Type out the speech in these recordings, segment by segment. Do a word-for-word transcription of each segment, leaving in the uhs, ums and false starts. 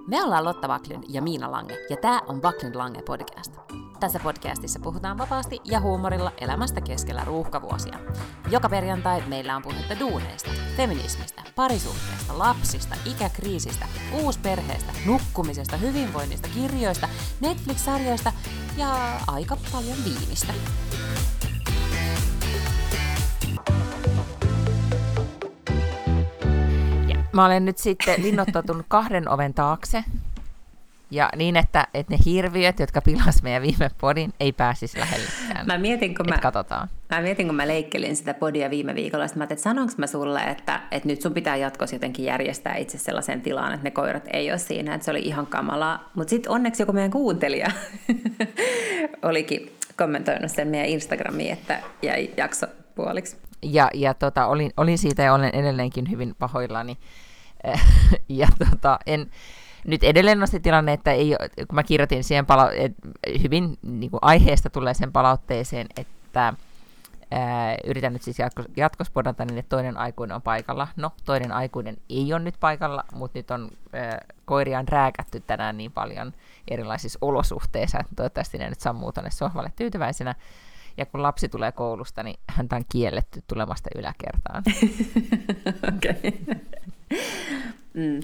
Me ollaan Lotta Backlund ja Miina Lange, ja tää on Backlund Lange podcast. Tässä podcastissa puhutaan vapaasti ja huumorilla elämästä keskellä ruuhkavuosia. Joka perjantai meillä on puhetta duuneista, feminismistä, parisuhteesta, lapsista, ikäkriisistä, uusperheestä, nukkumisesta, hyvinvoinnista, kirjoista, Netflix-sarjoista ja aika paljon viinistä. Mä olen nyt sitten linnoittautunut kahden oven taakse, ja niin, että, että ne hirviöt, jotka pilas meidän viime podin, ei pääsisi lähellekään. Mä mietin, kun mä, katsotaan. mä mietin, kun mä leikkelin sitä podia viime viikolla, että mä ajattelin, että sanonko mä sulle, että, että nyt sun pitää jatkossa jotenkin järjestää itse sellaisen tilaan, että ne koirat ei ole siinä, että se oli ihan kamalaa. Mutta sitten onneksi joku meidän kuuntelija olikin kommentoinut sen meidän Instagramiin, että jäi jakso puoliksi. Ja, ja tota, olin, olin siitä ja olen edelleenkin hyvin pahoillani. ja tota, en, nyt edelleen on se tilanne, että ei, kun mä kirjoitin siihen pala- et, hyvin niin kuin aiheesta tulee sen palautteeseen, että ää, yritän nyt siis jatko, jatkospodata niin, että toinen aikuinen on paikalla. No, toinen aikuinen ei ole nyt paikalla, mutta nyt on ää, koiria on rääkätty tänään niin paljon erilaisissa olosuhteissa, että toivottavasti ne nyt sammuu tuonne sohvalle tyytyväisenä. Ja kun lapsi tulee koulusta, niin häntä on kielletty tulemasta yläkertaan. Okei. mm.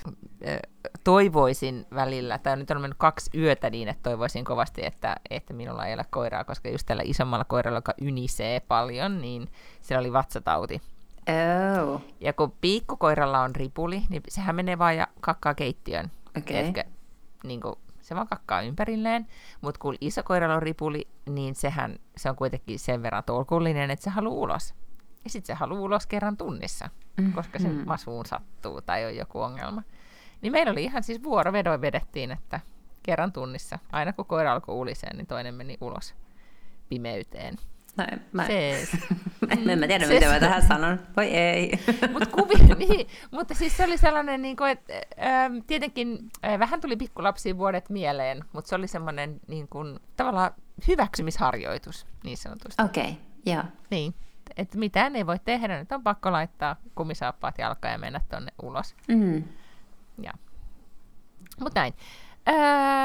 Toivoisin välillä, tai nyt on mennyt kaksi yötä niin, että toivoisin kovasti, että, että minulla ei ole koiraa, koska just tällä isommalla koiralla, joka ynisee paljon, niin se oli vatsatauti. Oh. Ja kun piikkukoiralla on ripuli, niin sehän menee vaan ja kakkaa keittiön. Okay. Etkä, niin kuin, se vaan kakkaa ympärilleen, mutta kun iso koiralla on ripuli, niin sehän, se on kuitenkin sen verran tolkullinen, että se haluaa ulos. Ja sitten se haluaa ulos kerran tunnissa, mm-hmm. koska sen masuun sattuu tai on joku ongelma. Niin meillä oli ihan siis vuorovedoin vedettiin, että kerran tunnissa, aina kun koira alkoi uliseen, niin toinen meni ulos pimeyteen. No, en, mä, se, en, en mä tiedä, se, mitä mä tähän sanon. Voi ei. Mut kuvi, niin, mutta siis se oli sellainen, niin kuin, että äh, tietenkin äh, vähän tuli pikkulapsiin vuodet mieleen, mutta se oli semmoinen niin kuin, tavallaan hyväksymisharjoitus niin sanotusti. Okei, okay, joo. Niin, että mitään ei voi tehdä, nyt on pakko laittaa kumisaappaat jalkaan ja mennä tuonne ulos. Mm. Ja. Mut näin. Öö,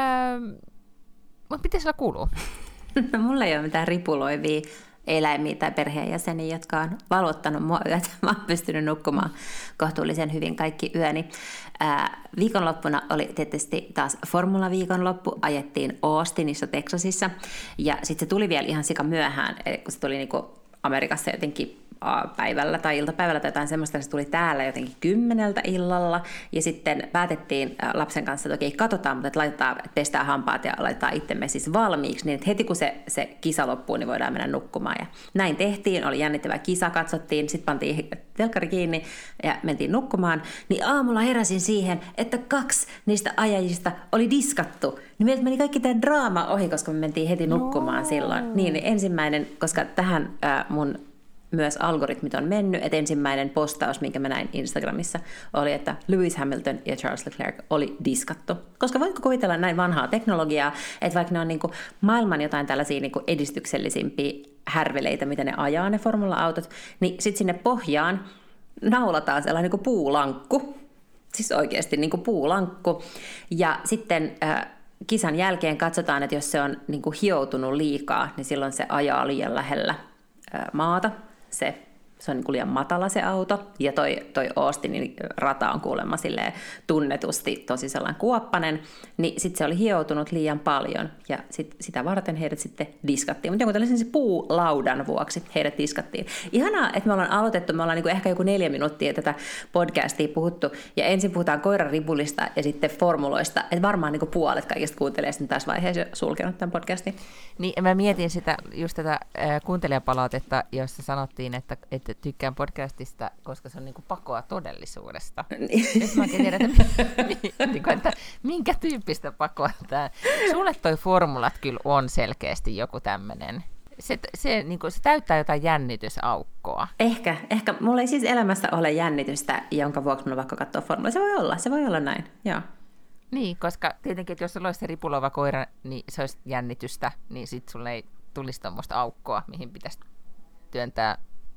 mutta miten sillä kuuluu? No mulla ei ole mitään ripuloivia eläimiä tai perheenjäseniä, jotka on valvottanut mua yötä. Mä oon pystynyt nukkumaan kohtuullisen hyvin kaikki yöni. Ää, viikonloppuna oli tietysti taas formula-viikonloppu. Ajettiin Austinissa, Texasissa. Ja sitten se tuli vielä ihan sika myöhään, kun se tuli niinku Amerikassa jotenkin päivällä tai iltapäivällä tai jotain semmoista, se tuli täällä jotenkin kymmeneltä illalla, ja sitten päätettiin lapsen kanssa, että okei, katsotaan, mutta että laitetaan, että pestään hampaat ja laitetaan itsemme siis valmiiksi, niin että heti kun se, se kisa loppuu, niin voidaan mennä nukkumaan, ja näin tehtiin, oli jännittävä kisa, katsottiin, sitten pantiin telkkari kiinni ja mentiin nukkumaan, niin aamulla heräsin siihen, että kaksi niistä ajajista oli diskattu, niin meiltä meni kaikki tämä draama ohi, koska me mentiin heti nukkumaan no. silloin, niin, niin ensimmäinen, koska tähän äh, mun myös algoritmit on mennyt, että ensimmäinen postaus, minkä mä näin Instagramissa, oli, että Lewis Hamilton ja Charles Leclerc oli diskattu. Koska voitko kuvitella näin vanhaa teknologiaa, että vaikka ne on niin kuin maailman jotain tällaisia niin kuin edistyksellisimpiä härveleitä, mitä ne ajaa, ne formula-autot, niin sitten sinne pohjaan naulataan sellainen niin kuin puulankku, siis oikeasti niin kuin puulankku, ja sitten äh, kisan jälkeen katsotaan, että jos se on niin kuin hioutunut liikaa, niin silloin se ajaa liian lähellä äh, maata. Se, se on niin kuin liian matala se auto, ja toi, toi Austinin rata on kuulemma silleen tunnetusti tosi sellainen kuoppanen, niin sitten se oli hioutunut liian paljon, ja sit, sitä varten heidät sitten diskattiin. Mutta jonkun tällaisen puulaudan vuoksi heidät diskattiin. Ihanaa, että me ollaan aloitettu, me ollaan niin kuin ehkä joku neljä minuuttia tätä podcastia puhuttu, ja ensin puhutaan koiran ripulista ja sitten formuloista, että varmaan niin kuin puolet kaikista kuuntelee sitten tässä vaiheessa sulkenut tämän podcastin. Niin, mä mietin sitä, just tätä äh, kuuntelijapalautetta, jossa sanottiin, että, että tykkään podcastista, koska se on niinku pakoa todellisuudesta. Nyt mä oikein tiedän, että, niinku, että minkä tyyppistä pakoa tämä. Sulle toi formulat kyllä on selkeästi joku tämmöinen. Se, se, niinku, se täyttää jotain jännitysaukkoa. Ehkä, ehkä. Mulla ei siis elämässä ole jännitystä, jonka vuoksi mulla on vaikka katsoa formulaa. Se voi olla, se voi olla näin, joo. Niin, koska tietenkin, että jos sulla olisi se ripuloiva koira, niin se olisi jännitystä, niin sitten sulle ei tulisi tuommoista aukkoa, mihin pitäisi työntää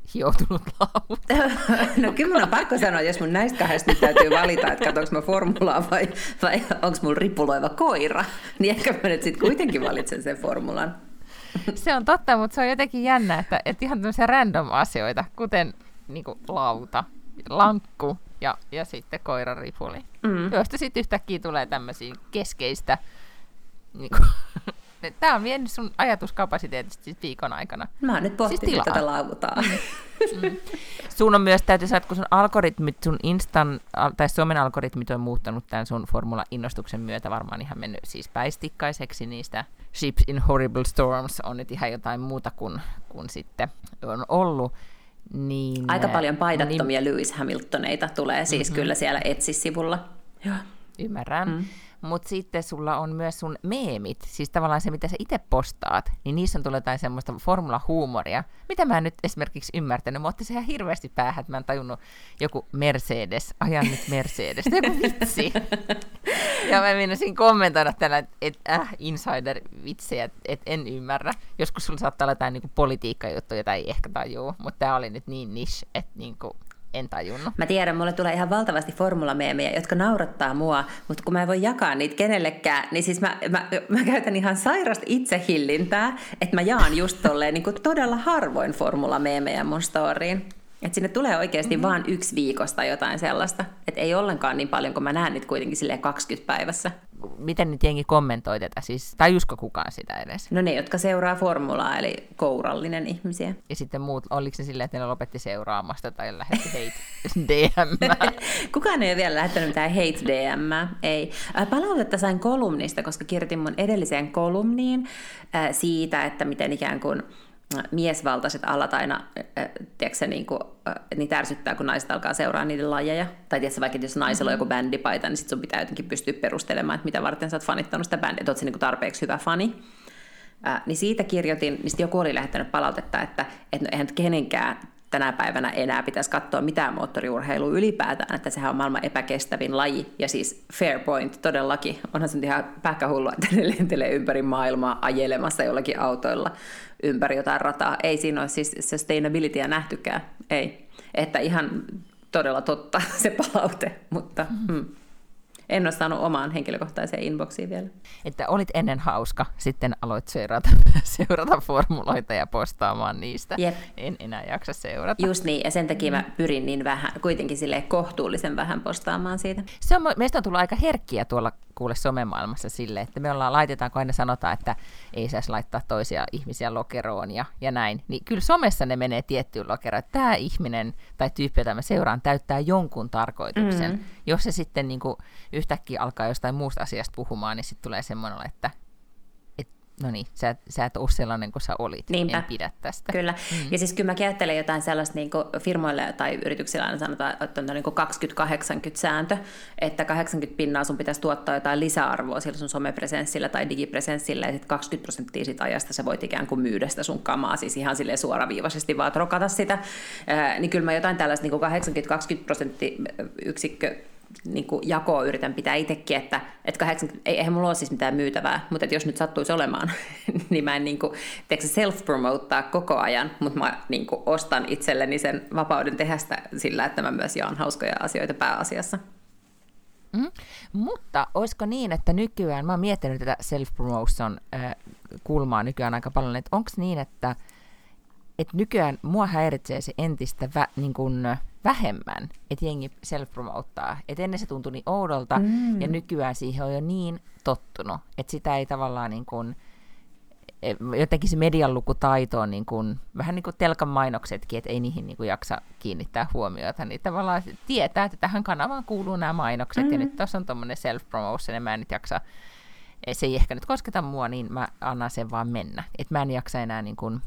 hioutunut lauta? No kyllä mun on pakko sanoa, jos mun näistä kahdesta nyt täytyy valita, että katsoinko mä formulaa vai, vai onko mulla ripuloiva koira, niin ehkä mä nyt sitten kuitenkin valitsen sen formulan. Se on totta, mutta se on jotenkin jännä, että, että ihan tämmöisiä random asioita, kuten niin kuin lauta, lankku ja, ja sitten koiran ripuli, mm. joista sitten yhtäkkiä tulee tämmöisiä keskeistä. Niin kuin, tämä on vienyt sun ajatuskapasiteetista siis viikon aikana. Mä oon nyt pohtinut siis tätä lautaa. Mm. Sun on myös, täytyy sanoa, kun sun algoritmit, sun Instan, tai somen algoritmit on muuttanut tämän sun formula-innostuksen myötä varmaan ihan mennyt siis päistikkaiseksi niistä Ships in Horrible Storms on nyt ihan jotain muuta kuin, kuin sitten on ollut. Niin, aika paljon paidattomia niin, Lewis Hamiltoneita tulee siis mm-hmm. kyllä siellä Etsy-sivulla. Joo. Ymmärrän. Mm. Mutta sitten sulla on myös sun meemit, siis tavallaan se, mitä sä itse postaat, niin niissä on tullut jotain semmoista formula-huumoria, mitä mä en nyt esimerkiksi ymmärtänyt. Mä otti se ihan hirveästi päähän, että mä en tajunnut joku Mercedes, ajan nyt Mercedes, joku vitsi. Ja mä menisin kommentoida tällä, että et, äh, insider-vitsejä, että et en ymmärrä. Joskus sulla saattaa olla jotain niinku politiikkajuttuja, jota ei ehkä tajuu, mutta tää oli nyt niin niche, että niinku en tajunnut. Mä tiedän, mulle tulee ihan valtavasti formulameemejä, jotka naurattaa mua, mutta kun mä en voi jakaa niitä kenellekään, niin siis mä, mä, mä käytän ihan sairasta itsehillintää, että mä jaan just tolleen niin kuin todella harvoin formulameemejä mun storyin. Että sinne tulee oikeasti mm-hmm. vaan yksi viikosta jotain sellaista. Että ei ollenkaan niin paljon, kun mä näen niitä kuitenkin silleen kaksikymmentä päivässä. Miten nyt jengi kommentoi tätä? Siis, tai usko kukaan sitä edes? No ne, jotka seuraa formulaa, eli kourallinen ihmisiä. Ja sitten muut, oliko se silleen, että ne lopetti seuraamasta tai lähetti hate D M? Kukaan ei ole vielä lähettänyt mitään hate D M. Ei. Palautetta sain kolumnista, koska kirjoitin mun edelliseen kolumniin äh, siitä, että miten ikään kuin miesvaltaiset alat aina, tiedätkö, niin kuin, niitä ärsyttää, kun naiset alkaa seuraa niiden lajeja. Tai tiedätkö, vaikka jos naisella on joku bändipaita, niin sit sun pitää jotenkin pystyä perustelemaan, että mitä varten sä oot fanittanut sitä bändiä, että oot sä niin kuin tarpeeksi hyvä fani. Ää, niin siitä kirjoitin, niin sitten joku oli lähettänyt palautetta, että et no eihän kenenkään tänä päivänä enää pitäisi katsoa mitään moottoriurheilua ylipäätään, että sehän on maailman epäkestävin laji. Ja siis fair point, todellakin. Onhan se nyt ihan pähkähullua, että ne lentelee ympäri maailmaa ajelemassa jollakin autoilla ympäri jotain rataa. Ei siinä ole siis sustainabilityä nähtykään. Ei. Että ihan todella totta se palaute, mutta mm. en ole saanut omaan henkilökohtaiseen inboxiin vielä. Että olit ennen hauska, sitten aloit seurata, seurata formuloita ja postaamaan niistä. Jep. En enää jaksa seurata. Just niin, ja sen takia mä pyrin niin vähän, kuitenkin silleen kohtuullisen vähän postaamaan siitä. Se on, meistä on tullut aika herkkiä tuolla kuule somemaailmassa sille, että me ollaan, laitetaan, kun aina sanotaan, että ei saisi laittaa toisia ihmisiä lokeroon ja, ja näin, niin kyllä somessa ne menee tiettyyn lokeroon, että tämä ihminen tai tyyppi, jota mä seuraan, täyttää jonkun tarkoituksen. Mm-hmm. Jos se sitten niin kuin yhtäkkiä alkaa jostain muusta asiasta puhumaan, niin sitten tulee semmoinen, että et, no niin, sä, sä et ole sellainen kuin sä olit. Niinpä. En pidä tästä. Kyllä. Mm. Ja siis kyllä mä ajattelen jotain sellaista niin kuin firmoille tai yrityksillä aina sanotaan, että on niin kuin kaksikymmentä kahdeksankymmentä sääntö, että kahdeksankymmentä pinnaa sun pitäisi tuottaa jotain lisäarvoa sillä sun somepresenssillä tai digipresenssillä, ja sitten kaksikymmentä prosenttia siitä ajasta sä voit ikään kuin myydä sitä sun kamaa, siis ihan silleen suoraviivaisesti vaan trokata sitä. Ää, niin kyllä mä jotain tällaista niin kuin kahdeksankymmentä kaksikymmentä prosenttia yksikkö niin kuin jakoa yritän pitää itsekin, että, että kahdeksankymmentä, eihän mulla ole siis mitään myytävää, mutta että jos nyt sattuisi olemaan, niin mä en niin kuin, self-promotea koko ajan, mutta mä niin kuin ostan itselleni sen vapauden tehdä sitä sillä, että mä myös jaan hauskoja asioita pääasiassa. Mm. Mutta olisiko niin, että nykyään, mä oon miettinyt tätä self-promotion-kulmaa nykyään aika paljon, että onko niin, että, että nykyään mua häiritsee se entistä vä, niin kuin vähemmän, että jengi self-promouttaa. Että ennen se tuntui niin oudolta, mm. ja nykyään siihen on jo niin tottunut, että sitä ei tavallaan niin kuin, jotenkin se median lukutaito on niin kuin, vähän niin kuin telkan mainoksetkin, että ei niihin niin kuin jaksa kiinnittää huomiota. Niin tavallaan tietää, että tähän kanavaan kuuluu nämä mainokset, mm. ja nyt tuossa on tuommoinen self-promotion, ja mä en nyt jaksa, se ei ehkä nyt kosketa mua, niin mä annan sen vaan mennä. Että mä en jaksa enää niin kuin,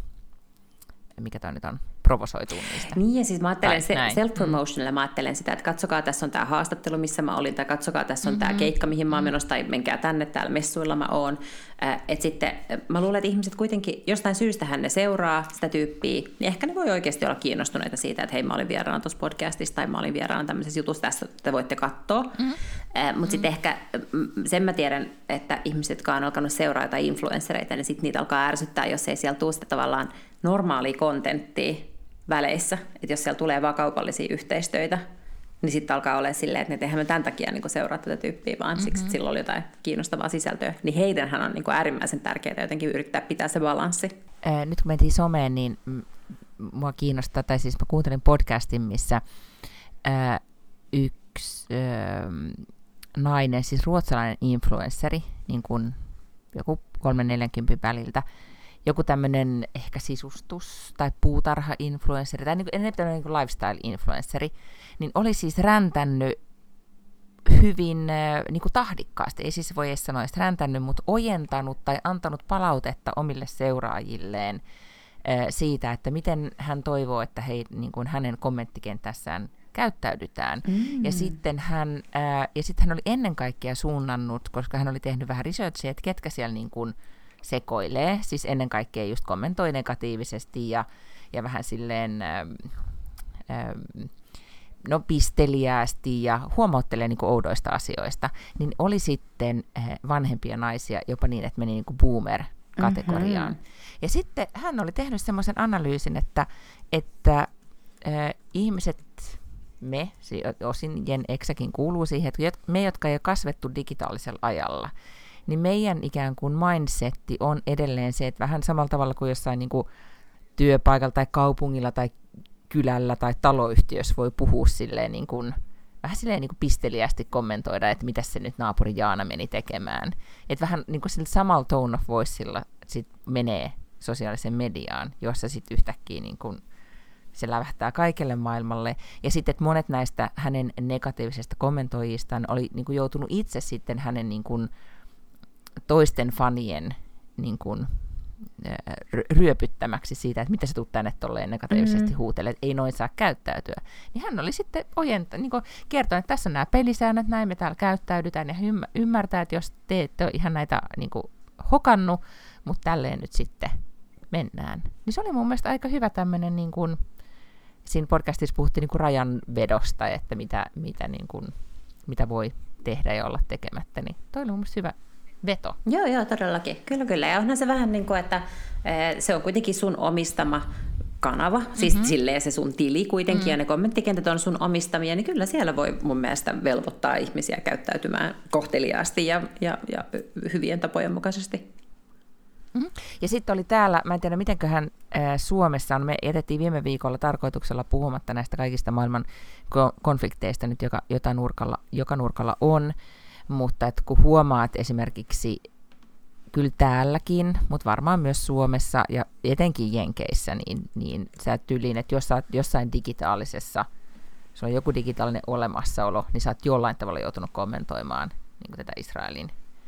mikä toi nyt on, provosoituu niistä. Niin, ja siis mä ajattelen se, self-promotionilla, mä ajattelen sitä, että katsokaa, tässä on tämä haastattelu, missä mä olin, tai katsokaa, tässä on mm-hmm. tämä keikka, mihin mä oon menossa, tai menkää tänne, täällä messuilla mä oon. Että sitten mä luulen, että ihmiset kuitenkin, jostain syystähän ne seuraa sitä tyyppiä, niin ehkä ne voi oikeasti olla kiinnostuneita siitä, että hei, mä olin vieraana tuossa podcastissa, tai mä olin vieraana tämmöisessä jutussa, tässä te voitte katsoa. Mm-hmm. Mutta mm-hmm. sitten ehkä sen mä tiedän, että ihmiset, jotka on alkanut seuraa jotain influenssereita, niin sitten niitä alkaa ärsyttää, jos ei siellä tule sitä tavallaan normaalia kontenttia, väleissä, että jos siellä tulee vaan kaupallisia yhteistöitä, niin sitten alkaa olla silleen, että ne eihän me tämän takia niin seuraa tätä tyyppiä, vaan mm-hmm. siksi, että sillä oli jotain kiinnostavaa sisältöä. Niin heidänhän on niin äärimmäisen tärkeää jotenkin yrittää pitää se balanssi. Ää, nyt kun mentiin someen, niin m- mua kiinnostaa, tai siis mä kuuntelin podcastin, missä ää, yksi ää, nainen, siis ruotsalainen influenssari, niin kuin joku kolmen neljänkympin väliltä, joku tämmöinen ehkä sisustus- tai puutarha-influenssari, tai niin kuin, enemmän tämmöinen niin lifestyle-influenssari, niin oli siis räntänyt hyvin niin kuin tahdikkaasti, ei siis voi edes sanoa edes räntänyt, mutta ojentanut tai antanut palautetta omille seuraajilleen siitä, että miten hän toivoo, että he, niin kuin hänen kommenttikentässään käyttäydytään. Mm. Ja sitten hän, ää, ja sitten hän oli ennen kaikkea suunnannut, koska hän oli tehnyt vähän researchia, että ketkä siellä niin kuin sekoilee, siis ennen kaikkea just kommentoi negatiivisesti ja, ja vähän silleen ää, ää, no pisteliäästi ja huomauttelee niin kuin oudoista asioista, niin oli sitten ää, vanhempia naisia jopa niin, että meni niin kuin boomer-kategoriaan. Mm-hmm. Ja sitten hän oli tehnyt semmoisen analyysin, että, että ää, ihmiset, me, osin Gen Xäkin kuuluu siihen, että me, jotka ei ole kasvettu digitaalisella ajalla, niin meidän ikään kuin mindsetti on edelleen se, että vähän samalla tavalla kuin jossain niin kuin työpaikalla tai kaupungilla tai kylällä tai taloyhtiössä voi puhua silleen niin kuin, vähän silleen niin kuin pisteliästi kommentoida, että mitä se nyt naapuri Jaana meni tekemään. Että vähän niin kuin sillä samalla tone of voicella sit menee sosiaaliseen mediaan, jossa sitten yhtäkkiä niin kuin se lävähtää kaikelle maailmalle. Ja sitten, että monet näistä hänen negatiivisista kommentoijistaan oli niin kuin joutunut itse sitten hänen niin kuin toisten fanien niin kuin ryöpyttämäksi siitä, että mitä se tuut tänne tolleen negatiivisesti mm-hmm. huutelee, että ei noin saa käyttäytyä. Niin hän oli sitten ojenta, niin kertonut, että tässä on nämä pelisäännöt, näin me täällä käyttäydytään, ja ymm- ymmärtää, että jos te ette ole ihan näitä niin kuin hokannut, mutta tälleen nyt sitten mennään. Niin se oli mun mielestä aika hyvä tämmöinen, niin kuin, siinä podcastissa puhuttiin niin kuin rajanvedosta, että mitä, mitä, niin kuin, mitä voi tehdä ja olla tekemättä, niin toi oli mun mielestä hyvä veto. Joo, joo, todellakin. Kyllä, kyllä. Ja onhan se vähän niin kuin, että se on kuitenkin sun omistama kanava, mm-hmm. siis silleen se sun tili kuitenkin, mm-hmm. ja ne kommenttikentät on sun omistamia, niin kyllä siellä voi mun mielestä velvoittaa ihmisiä käyttäytymään kohteliaasti ja, ja, ja hyvien tapojen mukaisesti. Mm-hmm. Ja sitten oli täällä, mä en tiedä mitenköhän äh, Suomessa on, me jätettiin viime viikolla tarkoituksella puhumatta näistä kaikista maailman ko- konflikteista nyt, joka, jota nurkalla, joka nurkalla on, mutta että kun huomaat esimerkiksi kyllä täälläkin, mutta varmaan myös Suomessa ja etenkin Jenkeissä, niin, niin sä tyliin, että jos sä oot jossain digitaalisessa, se on joku digitaalinen olemassaolo, niin sä oot jollain tavalla joutunut kommentoimaan niin kuin tätä Israelin,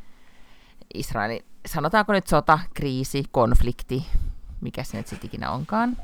Israelin, sanotaanko nyt sota, kriisi, konflikti, mikä se nyt sitten ikinä onkaan,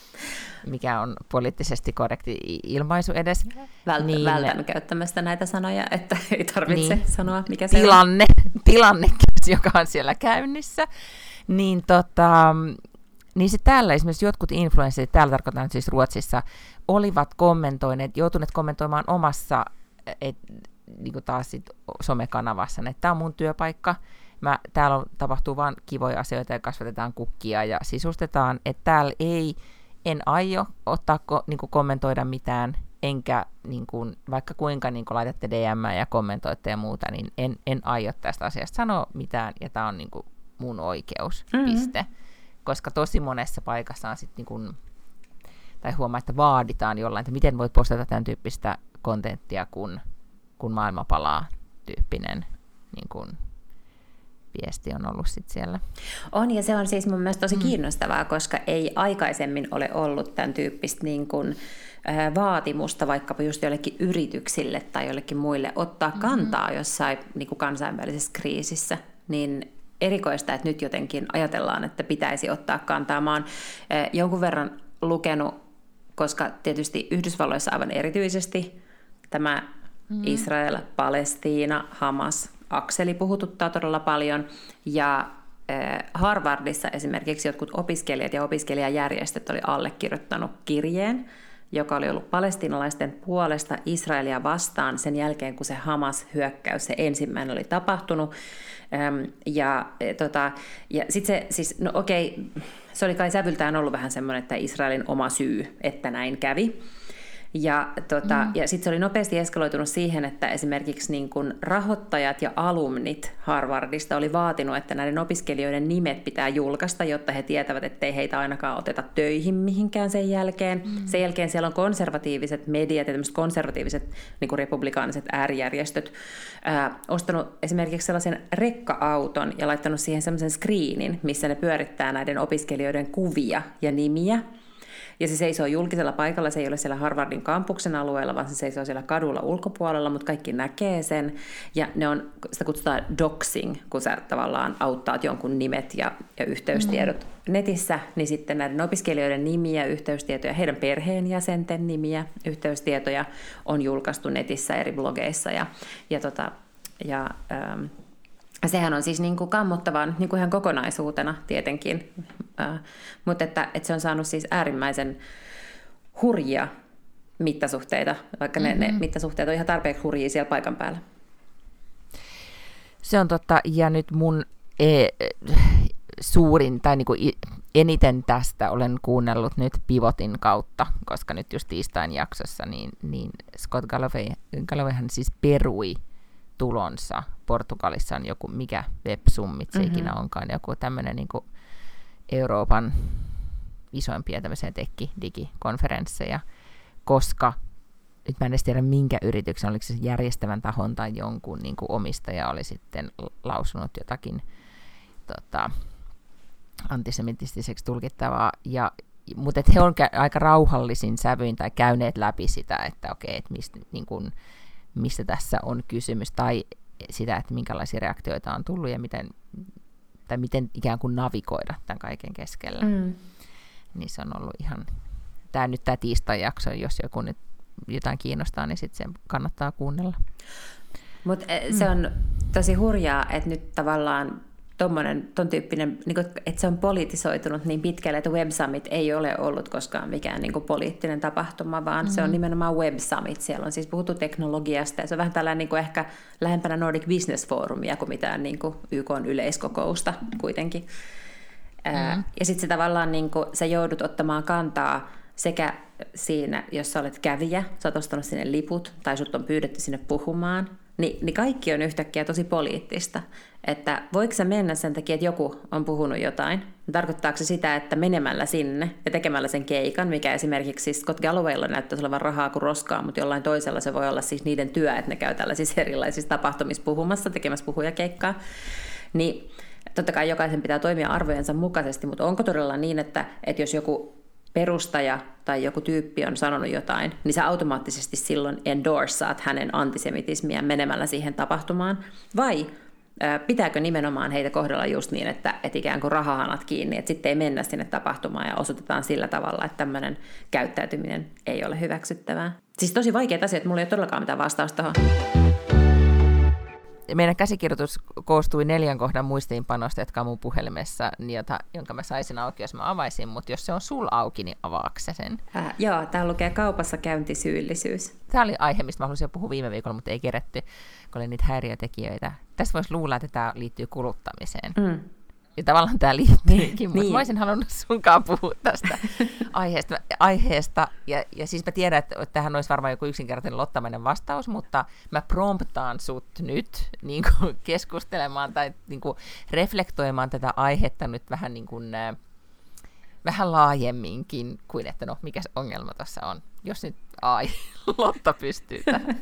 mikä on poliittisesti korrekti ilmaisu edes. Vält- niin, vältän käyttämästä näitä sanoja, että ei tarvitse niin, sanoa, mikä se tilanne, on. Tilanne, joka on siellä käynnissä. Niin, tota, niin se täällä esimerkiksi jotkut influensserit, täällä tarkoitan siis Ruotsissa, olivat kommentoineet, joutuneet kommentoimaan omassa et, niin kuin taas sit somekanavassa, että tämä on mun työpaikka. Mä, täällä on, tapahtuu vaan kivoja asioita ja kasvatetaan kukkia ja sisustetaan, että täällä ei, en aio ottaa ko, niin kuin kommentoida mitään, enkä niin kuin, vaikka kuinka niin kuin laitatte D M ja kommentoitte ja muuta, niin en, en aio tästä asiasta sanoa mitään, ja tämä on niin kuin mun oikeus, mm-hmm. piste. Koska tosi monessa paikassa on sitten, niin kuin, tai huomaa, että vaaditaan jollain, että miten voit postata tämän tyyppistä kontenttia, kun, kun maailma palaa tyyppinen niin kuin viesti on ollut sit siellä. On, ja se on siis mun mielestä tosi kiinnostavaa, koska ei aikaisemmin ole ollut tämän tyyppistä niin kuin, äh, vaatimusta vaikkapa just jollekin yrityksille tai jollekin muille ottaa mm-hmm. kantaa jossain niin kuin kansainvälisessä kriisissä, niin erikoista, että nyt jotenkin ajatellaan, että pitäisi ottaa kantaa. Mä oon äh, jonkun verran lukenut, koska tietysti Yhdysvalloissa aivan erityisesti tämä mm-hmm. Israel, Palestiina, Hamas, akseli puhututtaa todella paljon, ja Harvardissa esimerkiksi jotkut opiskelijat ja opiskelijajärjestöt oli allekirjoittanut kirjeen, joka oli ollut palestiinalaisten puolesta Israelia vastaan sen jälkeen, kun se Hamas-hyökkäys, se ensimmäinen oli tapahtunut. Ja, tota, ja sitten se, siis, no okei, se oli kai sävyltään ollut vähän semmoinen, että Israelin oma syy, että näin kävi. Ja, tota, mm. ja sitten se oli nopeasti eskaloitunut siihen, että esimerkiksi niin kun rahoittajat ja alumnit Harvardista oli vaatinut, että näiden opiskelijoiden nimet pitää julkaista, jotta he tietävät, ettei heitä ainakaan oteta töihin mihinkään sen jälkeen. Mm. Sen jälkeen siellä on konservatiiviset mediat ja tämmöiset konservatiiviset niin kuin republikaaniset äärijärjestöt ää, ostanut esimerkiksi sellaisen rekka-auton ja laittanut siihen semmoisen screenin, missä ne pyörittää näiden opiskelijoiden kuvia ja nimiä. Ja se seisoo julkisella paikalla, se ei ole siellä Harvardin kampuksen alueella, vaan se seisoo siellä kadulla ulkopuolella, mutta kaikki näkee sen. Ja ne on, sitä kutsutaan doxing, kun sä tavallaan auttaat jonkun nimet ja, ja yhteystiedot mm. netissä, niin sitten näiden opiskelijoiden nimiä, yhteystietoja, heidän perheenjäsenten nimiä, yhteystietoja on julkaistu netissä eri blogeissa. Ja, ja, tota, ja ähm, sehän on siis niin kuin kammottavaa niin kuin ihan kokonaisuutena tietenkin, äh, mutta että, että se on saanut siis äärimmäisen hurjia mittasuhteita, vaikka mm-hmm. ne, ne mittasuhteet on ihan tarpeeksi hurjia siellä paikan päällä. Se on totta, ja nyt mun e, suurin, tai niin kuin eniten tästä olen kuunnellut nyt Pivotin kautta, koska nyt just tiistain jaksossa, niin, niin Scott Galloway, Gallowayhan siis perui tulonsa. Portugalissa on joku, mikä Web Summit se mm-hmm. ikinä onkaan, joku tämmöinen niin kuin Euroopan isoimpia tämmöisiä tekki-digikonferensseja, koska nyt mä en edes tiedä minkä yrityksen, oliko se järjestävän tahon tai jonkun niin kuin omistaja oli sitten lausunut jotakin tota, antisemitistiseksi tulkittavaa, ja, mutta et he on kä- aika rauhallisin sävyin tai käyneet läpi sitä, että okei, että mistä niin kuin mistä tässä on kysymys, tai sitä, että minkälaisia reaktioita on tullut ja miten, tai miten ikään kuin navigoida tämän kaiken keskellä. Mm. Niin se on ollut ihan, tämä nyt tämä tiistain jakso, jos joku nyt jotain kiinnostaa, niin sitten sen kannattaa kuunnella. Mutta se on tosi hurjaa, että nyt tavallaan tommonen, ton tyyppinen, niin kuin, että se on politisoitunut niin pitkälle, että Web Summit ei ole ollut koskaan mikään niin kuin poliittinen tapahtuma, vaan mm-hmm. se on nimenomaan Web Summit. Siellä on siis puhuttu teknologiasta, ja se on vähän tällainen niin kuin ehkä lähempänä Nordic Business Forumia kuin mitään niin kuin Y K:n yleiskokousta kuitenkin. Mm-hmm. Ää, ja sitten se tavallaan, niin kuin, sä joudut ottamaan kantaa sekä siinä, jos sä olet kävijä, sä oot ostanut sinne liput, tai sut on pyydetty sinne puhumaan, Niin, niin kaikki on yhtäkkiä tosi poliittista. Että voiko sä mennä sen takia, että joku on puhunut jotain? Tarkoittaako se sitä, että menemällä sinne ja tekemällä sen keikan, mikä esimerkiksi Scott Gallowaylla näyttäisi olevan rahaa kuin roskaa, mutta jollain toisella se voi olla siis niiden työ, että ne käy tällaisissa erilaisissa tapahtumissa puhumassa, tekemässä puhujakeikkaa. Niin totta kai jokaisen pitää toimia arvojensa mukaisesti, mutta onko todella niin, että, että jos joku perustaja tai joku tyyppi on sanonut jotain, niin sä automaattisesti silloin endorsaat hänen antisemitismiään menemällä siihen tapahtumaan? Vai ää, pitääkö nimenomaan heitä kohdella just niin, että et ikään kuin rahahanat kiinni, että sitten ei mennä sinne tapahtumaan ja osoitetaan sillä tavalla, että tämmöinen käyttäytyminen ei ole hyväksyttävää? Siis tosi vaikeat asiat, mulla ei ole todellakaan mitään vastausta tuohon. Meidän käsikirjoitus koostui neljän kohdan muistiinpanosta, jotka on mun puhelimessa, jota, jonka mä saisin auki, jos mä avaisin, mutta jos se on sul auki, niin avaako se sen? Äh, joo, täällä lukee kaupassa käyntisyyllisyys. Tämä oli aihe, mistä mä halusin jo puhua viime viikolla, mutta ei keretty, kun oli niitä häiriötekijöitä. Tässä voisi luulla, että tämä liittyy kuluttamiseen. Mm. Ja tavallaan tämä liittyykin, mutta niin. Mä olisin halunnut sunkaan puhua tästä aiheesta. aiheesta. Ja, ja siis mä tiedän, että tähän olisi varmaan joku yksinkertainen lottamainen vastaus, mutta mä promptaan sut nyt niin kuin keskustelemaan tai niin kuin reflektoimaan tätä aihetta nyt vähän, niin kuin, äh, vähän laajemminkin kuin, että no, mikä se ongelma tässä on. Jos nyt ai, Lotta pystyy tähän.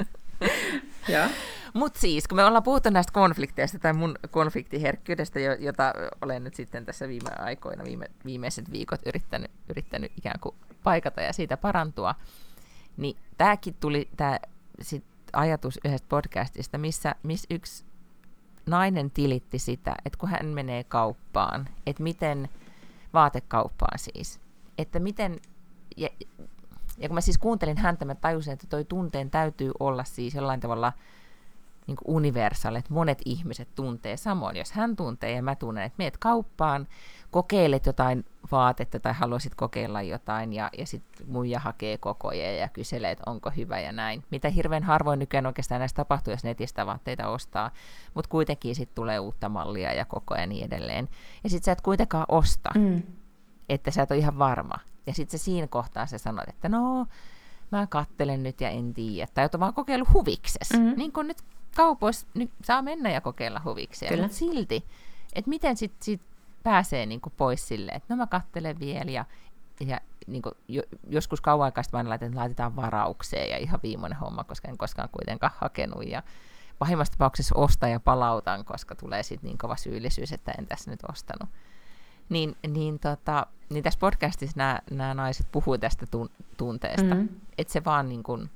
Mutta siis, kun me ollaan puhuttu näistä konflikteista tai mun konfliktiherkkyydestä, jota olen nyt sitten tässä viime aikoina, viime, viimeiset viikot yrittänyt, yrittänyt ikään kuin paikata ja siitä parantua, niin tämäkin tuli tämä sit ajatus yhdestä podcastista, missä, missä yksi nainen tilitti sitä, että kun hän menee kauppaan, että miten, vaatekauppaan siis, että miten... Ja, Ja kun mä siis kuuntelin häntä, mä tajusin, että toi tunteen täytyy olla siis jollain tavalla niin kuin universaali, että monet ihmiset tuntee samoin. Jos hän tuntee ja mä tunnen, että meet kauppaan, kokeilet jotain vaatetta tai haluaisit kokeilla jotain, ja, ja sitten muija hakee kokoja ja kyselee, että onko hyvä ja näin. Mitä hirveän harvoin nykyään oikeastaan näistä tapahtuu, jos netistä vaatteita ostaa, mutta kuitenkin sitten tulee uutta mallia ja kokoja ja niin edelleen. Ja sitten sä et kuitenkaan osta, mm. että sä et ole ihan varma. Ja sitten sä siinä kohtaa sä sanot, että no, mä kattelen nyt ja en tiedä. Tai oot vaan kokeillut huvikses. Mm-hmm. Niin kuin nyt kaupoissa nyt saa mennä ja kokeilla huviksia. Mutta silti, että miten sitten sit pääsee niinku pois silleen, että no mä kattelen vielä. Ja, ja niinku, jo, joskus kauan aikaista vaan laitetaan, laitetaan varaukseen ja ihan viimeinen homma, koska en koskaan kuitenkaan hakenut. Ja pahimmassa tapauksessa ostan ja palautan, koska tulee sitten niin kova syyllisyys, että en tässä nyt ostanut. Niin, niin, tota, niin tässä podcastissa nämä, nämä naiset puhuu tästä tun, tunteesta, mm-hmm. että se vaan niin kuin,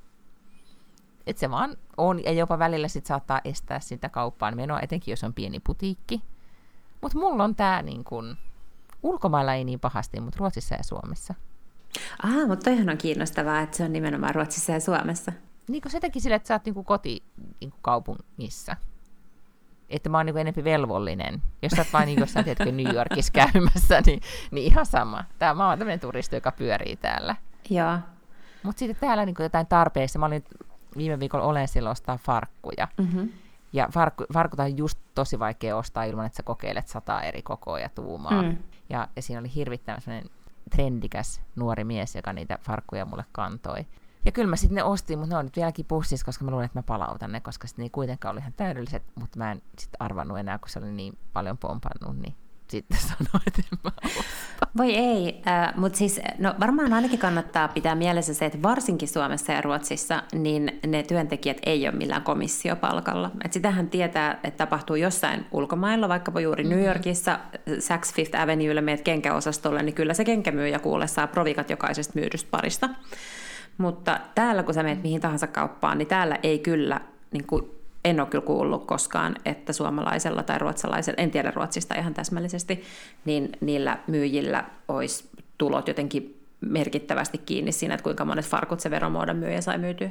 että se vaan on, ja jopa välillä sit saattaa estää sitä kauppaan menoa, etenkin jos on pieni putiikki. Mutta mulla on tämä niin kuin, ulkomailla ei niin pahasti, mutta Ruotsissa ja Suomessa. Ah, mutta toihan on kiinnostavaa, että se on nimenomaan Ruotsissa ja Suomessa. Niin kuin se teki sille, että sä oot niin kuin kotikaupungissa. Että mä oon niin enemmän velvollinen. Jos sä oot vain niin jossain tiedätkö, New Yorkissa käymässä, niin, niin ihan sama. Tää, mä oon tämmöinen turisti, joka pyörii täällä. Joo. Mutta sitten täällä niin jotain tarpeissa. Mä olin viime viikolla olen silloin ostaa farkkuja. Mm-hmm. Ja farkku, farkut on just tosi vaikea ostaa ilman, että sä kokeilet sataa eri kokoa ja tuumaa. Mm. Ja, ja siinä oli hirvittävän sellainen trendikäs nuori mies, joka niitä farkkuja mulle kantoi. Ja kyllä mä sitten ne ostin, mutta ne on nyt vieläkin pussissa, koska mä luulen, että mä palautan ne, koska sitten ne ei kuitenkaan ollut ihan täydelliset, mutta mä en sitten arvannut enää, kun se oli niin paljon pompannut, niin sitten sanoin, että en mä osta. Voi ei, äh, mutta siis no varmaan ainakin kannattaa pitää mielessä se, että varsinkin Suomessa ja Ruotsissa, niin ne työntekijät ei ole millään komissiopalkalla. Et sitähän tietää, että tapahtuu jossain ulkomailla, vaikkapa juuri New Yorkissa, Saks Fifth Avenuelle meet kenkäosastolle, niin kyllä se kenkämyyjä kuule saa provikat jokaisesta myydystä parista. Mutta täällä, kun sä menet mihin tahansa kauppaan, niin täällä ei kyllä, niin kuin, en ole kyllä kuullut koskaan, että suomalaisella tai ruotsalaisella, en tiedä Ruotsista ihan täsmällisesti, niin niillä myyjillä olisi tulot jotenkin merkittävästi kiinni siinä, että kuinka monet farkut se veromuodon myyjä sai myytyä.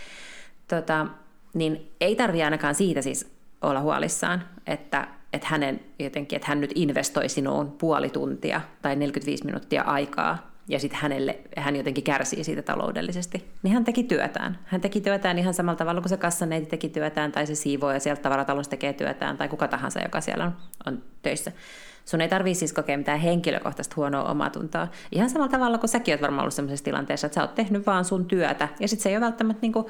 Tota, niin ei tarvitse ainakaan siitä siis olla huolissaan, että, että, hänen jotenkin, että hän nyt investoi sinuun puoli tuntia tai neljäkymmentäviisi minuuttia aikaa, ja sitten hänelle, hän jotenkin kärsii siitä taloudellisesti, niin hän teki työtään. Hän teki työtään ihan samalla tavalla kuin se kassaneiti teki työtään, tai se siivooja sieltä tavaratalossa tekee työtään, tai kuka tahansa, joka siellä on, on töissä. Sun ei tarvitse siis kokea mitään henkilökohtaista huonoa omatuntoa. Ihan samalla tavalla kuin säkin oot varmaan ollut sellaisessa tilanteessa, että sä oot tehnyt vaan sun työtä, ja sitten se ei ole välttämättä niin kuin,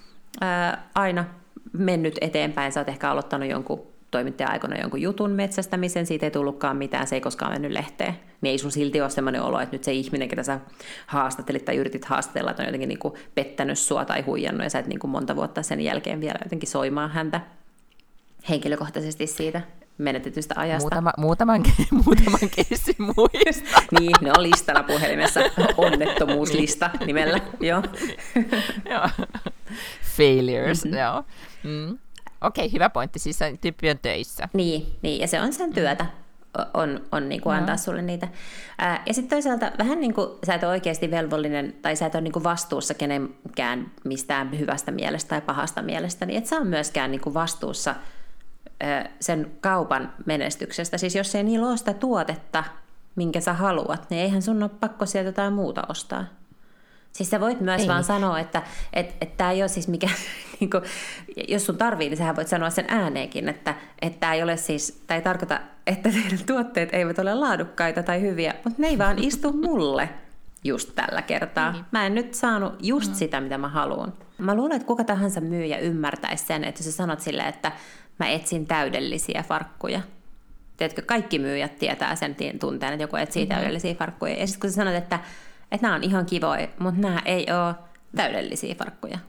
ää, aina mennyt eteenpäin. Sä oot ehkä aloittanut jonkun toimittaja-aikana jonkun jutun metsästämisen, siitä ei tullutkaan mitään, se ei koskaan mennyt lehteen. Niin ei sun silti ole semmoinen olo, että nyt se ihminen, ketä sä haastattelit tai yritit haastatella, että on jotenkin niin kuin pettänyt sua tai huijannut, ja sä et niin kuin monta vuotta sen jälkeen vielä jotenkin soimaa häntä henkilökohtaisesti siitä menetetystä ajasta. Muutama, muutaman, muutaman keissin muista. Niin, ne on listalla puhelimessa. Onnettomuuslista nimellä. Joo. Joo. Failures, mm-hmm. joo. Mm. Okei, okay, hyvä pointti. Siis tyyppi on töissä. Niin, niin, ja se on sen työtä. On, on niin kuin antaa no. sulle niitä. Ää, ja sitten toisaalta vähän niin kuin sä et ole oikeasti velvollinen, tai sä et ole niin kuin vastuussa kenenkään mistään hyvästä mielestä tai pahasta mielestä, niin et sä ole myöskään niin kuin vastuussa ää, sen kaupan menestyksestä. Siis jos ei niillä ole sitä tuotetta, minkä sä haluat, niin eihän sun ole pakko sieltä jotain muuta ostaa. Siis sä voit myös ei. vaan sanoa, että et, et tämä ei ole siis mikään, niin kuin, jos sun tarvii, niin sähän voit sanoa sen ääneenkin, että tämä ei ole siis, tai ei tarkoita, että teidän tuotteet eivät ole laadukkaita tai hyviä, mutta ne ei vaan istu mulle just tällä kertaa. Niin. Mä en nyt saanut just mm. sitä, mitä mä haluan. Mä luulen, että kuka tahansa myyjä ymmärtäisi sen, että jos sä sanot silleen, että mä etsin täydellisiä farkkuja. Tiedätkö, kaikki myyjät tietää sen tunteen, että joku etsii mm-hmm. täydellisiä farkkuja. Ja sitten kun sä sanot, että että nämä on ihan kivoja, mutta nämä ei ole täydellisiä farkkuja.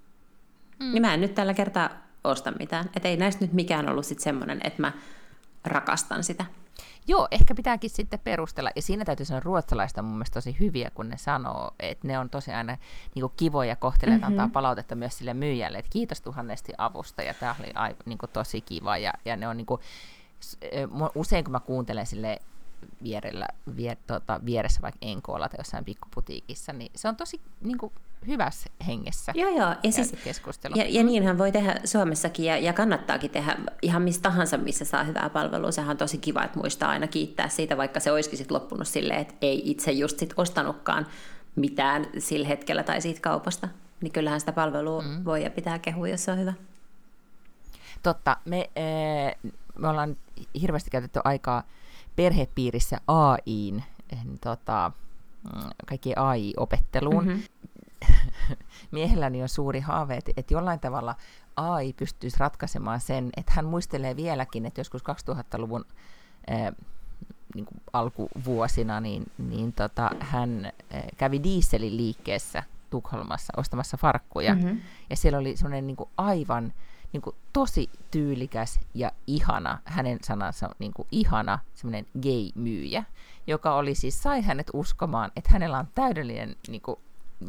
Mm. Niin mä en nyt tällä kertaa osta mitään. Että ei näistä nyt mikään ollut sitten semmoinen, että mä rakastan sitä. Joo, ehkä pitääkin sitten perustella. Ja siinä täytyy sanoa ruotsalaista mun mielestä tosi hyviä, kun ne sanoo, että ne on tosi aina niin kuin kivoja kohtelee, mm-hmm. antaa palautetta myös sille myyjälle. Että kiitos tuhannesti avusta ja tämä oli aivan, niin kuin tosi kiva. Ja, ja ne on niin kuin, usein kun mä kuuntelen sille vierellä, vier, tota, vieressä vaikka Enkoolla tai jossain pikkuputiikissa, niin se on tosi niin kuin, hyvässä hengessä joo, joo. Ja, siis, keskustelu. Ja, ja niinhän voi tehdä Suomessakin ja, ja kannattaakin tehdä ihan missä tahansa, missä saa hyvää palvelua. Sehän on tosi kiva, että muistaa aina kiittää siitä, vaikka se olisikin sit loppunut silleen, että ei itse just sit ostanutkaan mitään sillä hetkellä tai siitä kaupasta. Niin kyllähän sitä palvelua mm. voi ja pitää kehua, jos se on hyvä. Totta. Me, me ollaan hirveästi käytetty aikaa perhepiirissä A I:n, tota, kaikkien A I-opetteluun. Mm-hmm. Miehelläni on suuri haave, että, että jollain tavalla A I pystyisi ratkaisemaan sen, että hän muistelee vieläkin, että joskus kaksituhattaluvun ää, niin kuin alkuvuosina niin, niin tota, hän ää, kävi dieselin liikkeessä Tukholmassa ostamassa farkkuja. Mm-hmm. Ja siellä oli semmoinen niin kuin aivan niin kuin tosi tyylikäs ja ihana, hänen sanansa niin kuin ihana, semmoinen gay-myyjä, joka oli siis, sai hänet uskomaan, että hänellä on täydellinen niin kuin,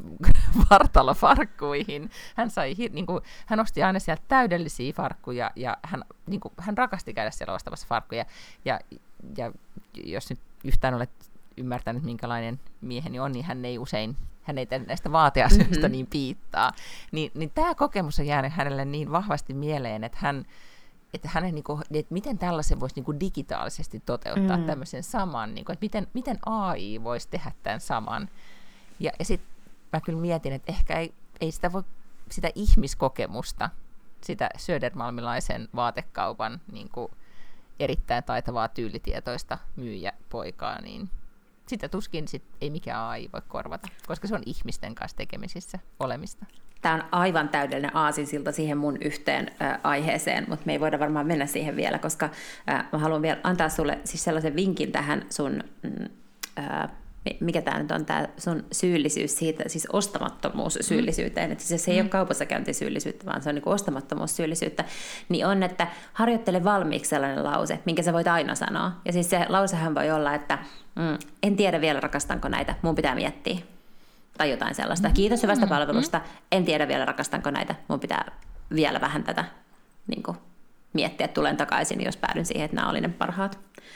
vartalo farkkuihin. Hän, sai, niin kuin, hän osti aina sieltä täydellisiä farkkuja ja hän, niin kuin, hän rakasti käydä siellä ostamassa farkkuja. Ja, ja jos nyt yhtään olet ymmärtänyt, minkälainen mieheni on, niin hän ei usein hän ei näistä vaateasioista mm-hmm. niin piittaa. Ni, niin tämä kokemus on jäänyt hänelle niin vahvasti mieleen, että, hän, että, hänen, niin kuin, että miten tällaisen voisi niin kuin digitaalisesti toteuttaa mm-hmm. tämmöisen saman, niin kuin, että miten, miten A I voisi tehdä tämän saman. Ja, ja sitten mä kyllä mietin, että ehkä ei, ei sitä voi, sitä ihmiskokemusta, sitä Södermalmilaisen vaatekaupan niin kuin erittäin taitavaa tyylitietoista myyjäpoikaa, niin sitä tuskin sit ei mikään A I voi korvata, koska se on ihmisten kanssa tekemisissä olemista. Tämä on aivan täydellinen aasinsilta siihen mun yhteen ä, aiheeseen, mutta me ei voida varmaan mennä siihen vielä, koska ä, mä haluan vielä antaa sulle siis sellaisen vinkin tähän sun, mm, ä, mikä tämä nyt on, tämä sun syyllisyys siitä, siis ostamattomuus syyllisyyteen, mm. että siis se ei mm. ole kaupassakäyntisyyllisyyttä, vaan se on niin kuin ostamattomuus syyllisyyttä, niin on, että harjoittele valmiiksi sellainen lause, minkä sä voit aina sanoa. Ja siis se lausehan voi olla, että mm, en tiedä vielä rakastanko näitä, mun pitää miettiä. Tai jotain sellaista. Mm. Kiitos hyvästä mm. palvelusta, mm. en tiedä vielä rakastanko näitä, mun pitää vielä vähän tätä niin kuin, miettiä, että tulen takaisin, jos päädyn siihen, että nämä oli ne parhaat.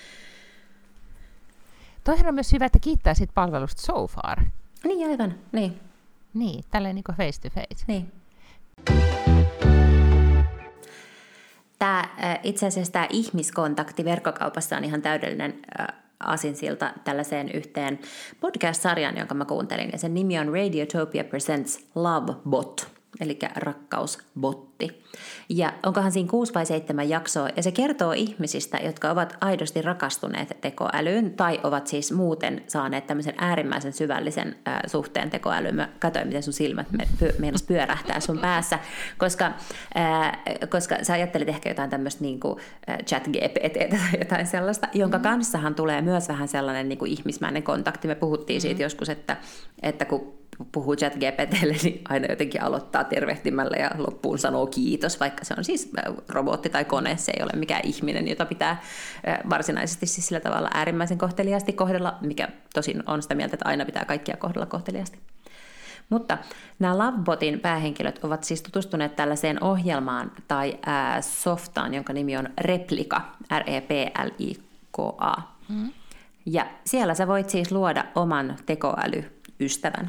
Toihan on myös hyvä, että kiittää sit palvelusta so far. Niin, aivan. Niin, niin tälleen niin kuin face to face. Niin. Tämä, itse asiassa tämä ihmiskontakti verkkokaupassa on ihan täydellinen aasinsilta tällaiseen yhteen podcast-sarjaan, jonka mä kuuntelin. Ja sen nimi on Radiotopia Presents Love Bot, eli rakkausbotti. Ja onkohan siinä kuusi vai seitsemän jaksoa, ja se kertoo ihmisistä, jotka ovat aidosti rakastuneet tekoälyyn, tai ovat siis muuten saaneet tämmöisen äärimmäisen syvällisen äh, suhteen tekoälyyn. Mä katsoin, miten sun silmät meinas pyörähtää sun päässä, koska, äh, koska sä ajattelit ehkä jotain tämmöistä niin kuin äh, chat G P T tai jotain sellaista, jonka kanssahan tulee myös vähän sellainen niin kuin ihmismäinen kontakti. Me puhuttiin siitä mm-hmm. joskus, että, että kun puhuu chat G P T:lle, niin aina jotenkin aloittaa tervehtimällä ja loppuun sanoo kiitos, vaikka se on siis robotti tai kone, se ei ole mikään ihminen, jota pitää varsinaisesti siis sillä tavalla äärimmäisen kohteliaasti kohdella, mikä tosin on sitä mieltä, että aina pitää kaikkia kohdella kohteliaasti. Mutta nämä Lovebotin päähenkilöt ovat siis tutustuneet tällaiseen ohjelmaan tai ää, softaan, jonka nimi on Replika, R E P L I K A. Mm. Ja siellä sä voit siis luoda oman tekoälyystävän.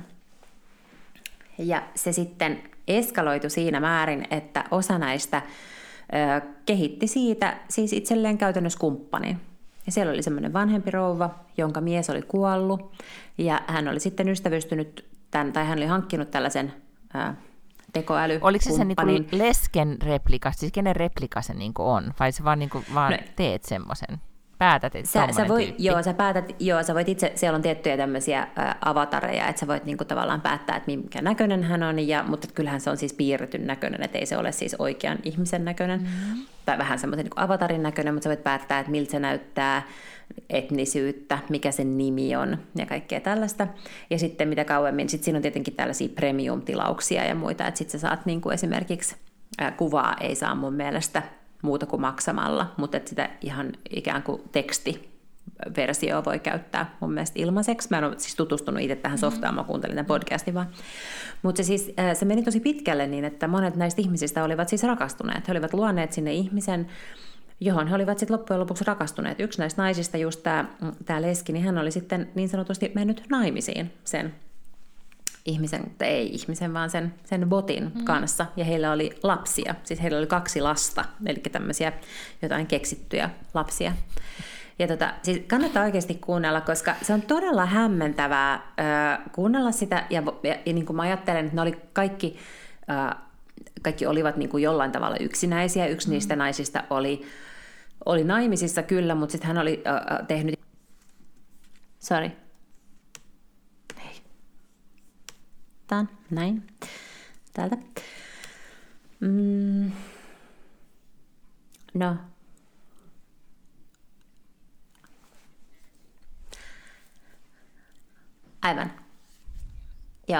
Ja se sitten eskaloitu siinä määrin, että osa näistä ö, kehitti siitä siis itselleen käytännössä kumppanin. Ja siellä oli semmoinen vanhempi rouva, jonka mies oli kuollut, ja hän oli sitten ystävystynyt, tämän, tai hän oli hankkinut tällaisen ö, tekoälykumppanin. Oliko se se niin lesken replika, siis kenen replika se niin on, vai se vaan, niin kuin, vaan no, teet semmoisen? Päätät, että sä, sä voit, joo, sä päätät, joo, sä voit itse, siellä on tiettyjä tämmöisiä ä, avatareja, että sä voit niinku tavallaan päättää, että minkä näköinen hän on, ja, mutta kyllähän se on siis piirretyn näköinen, että ei se ole siis oikean ihmisen näköinen, mm-hmm. tai vähän semmoisen niinku avatarin näköinen, mutta sä voit päättää, että miltä se näyttää, etnisyyttä, mikä sen nimi on, ja kaikkea tällaista. Ja sitten mitä kauemmin, sit siinä on tietenkin tällaisia premium-tilauksia ja muita, että sit sä saat niinku esimerkiksi, ä, kuvaa ei saa mun mielestä muuta kuin maksamalla, mutta että sitä ihan ikään kuin tekstiversioa voi käyttää mun mielestä ilmaiseksi. Mä en ole siis tutustunut itse tähän softaan, mä kuuntelin tämän podcastin vaan. Mutta se, siis, se meni tosi pitkälle niin, että monet näistä ihmisistä olivat siis rakastuneet. He olivat luoneet sinne ihmisen, johon he olivat sitten loppujen lopuksi rakastuneet. Yksi näistä naisista, just tämä, tämä leski, niin hän oli sitten niin sanotusti mennyt naimisiin sen ihmisen, ei ihmisen, vaan sen, sen botin mm. kanssa, ja heillä oli lapsia, siis heillä oli kaksi lasta, eli tämmöisiä jotain keksittyjä lapsia. Ja tota, siis kannattaa oikeasti kuunnella, koska se on todella hämmentävää äh, kuunnella sitä, ja, ja, ja niin kuin mä ajattelen, että ne oli kaikki, äh, kaikki olivat niin kuin jollain tavalla yksinäisiä. Yksi mm. niistä naisista oli, oli naimisissa kyllä, mutta sitten hän oli äh, tehnyt... Sorry. Hei. Tän, näin. Täältä. Mm. No... Aivan. Joo.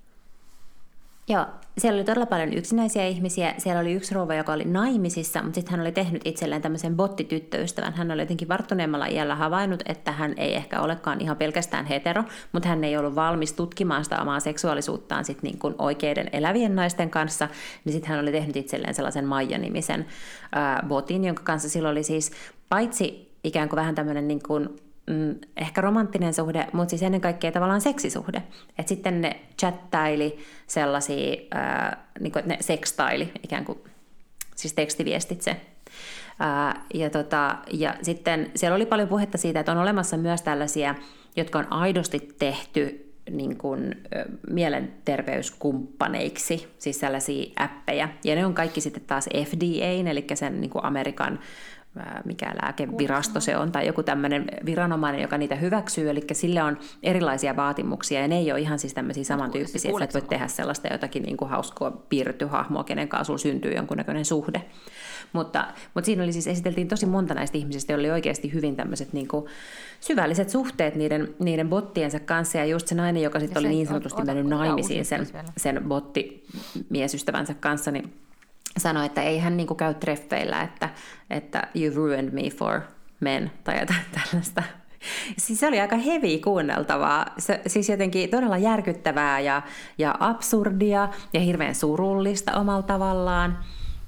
Joo, siellä oli todella paljon yksinäisiä ihmisiä. Siellä oli yksi rouva, joka oli naimisissa, mutta sitten hän oli tehnyt itselleen tämmöisen bottityttöystävän. Hän oli jotenkin varttuneemmalla iällä havainnut, että hän ei ehkä olekaan ihan pelkästään hetero, mutta hän ei ollut valmis tutkimaan sitä omaa seksuaalisuuttaan sit niin kuin oikeiden elävien naisten kanssa. Niin sitten hän oli tehnyt itselleen sellaisen Maija-nimisen ää, botin, jonka kanssa silloin oli siis paitsi ikään kuin vähän tämmöinen niin kuin ehkä romanttinen suhde, mutta siis ennen kaikkea tavallaan seksisuhde. Et sitten ne chattaili sellaisia, ää, niin kuin, ne sekstaili ikään kuin, siis tekstiviestitse. Ää, ja, tota, ja sitten siellä oli paljon puhetta siitä, että on olemassa myös tällaisia, jotka on aidosti tehty niin kuin, ö, mielenterveyskumppaneiksi, siis sellaisia appeja. Ja ne on kaikki sitten taas F D A, eli sen niin kuin Amerikan mikä lääkevirasto se on, tai joku tämmöinen viranomainen, joka niitä hyväksyy, eli sille on erilaisia vaatimuksia, ja ne ei ole ihan siis tämmöisiä samantyyppisiä, että voit tehdä sellaista jotakin niin kuin hauskoa piirrettyhahmoa, kenen kanssa sulla syntyy jonkunnäköinen suhde. Mutta, mutta siinä oli siis, esiteltiin tosi monta näistä ihmisistä, joilla oli oikeasti hyvin tämmöiset niin kuin syvälliset suhteet niiden, niiden bottiensa kanssa, ja just se nainen, joka sitten oli niin sanotusti mennyt naimisiin sen, sen bottimiesystävänsä kanssa, niin sanoi, että ei hän niinku käy treffeillä, että, että you ruined me for men tai jotain tällaista. Siis se oli aika heavy kuunneltavaa, se, siis jotenkin todella järkyttävää ja, ja absurdia ja hirveän surullista omalla tavallaan.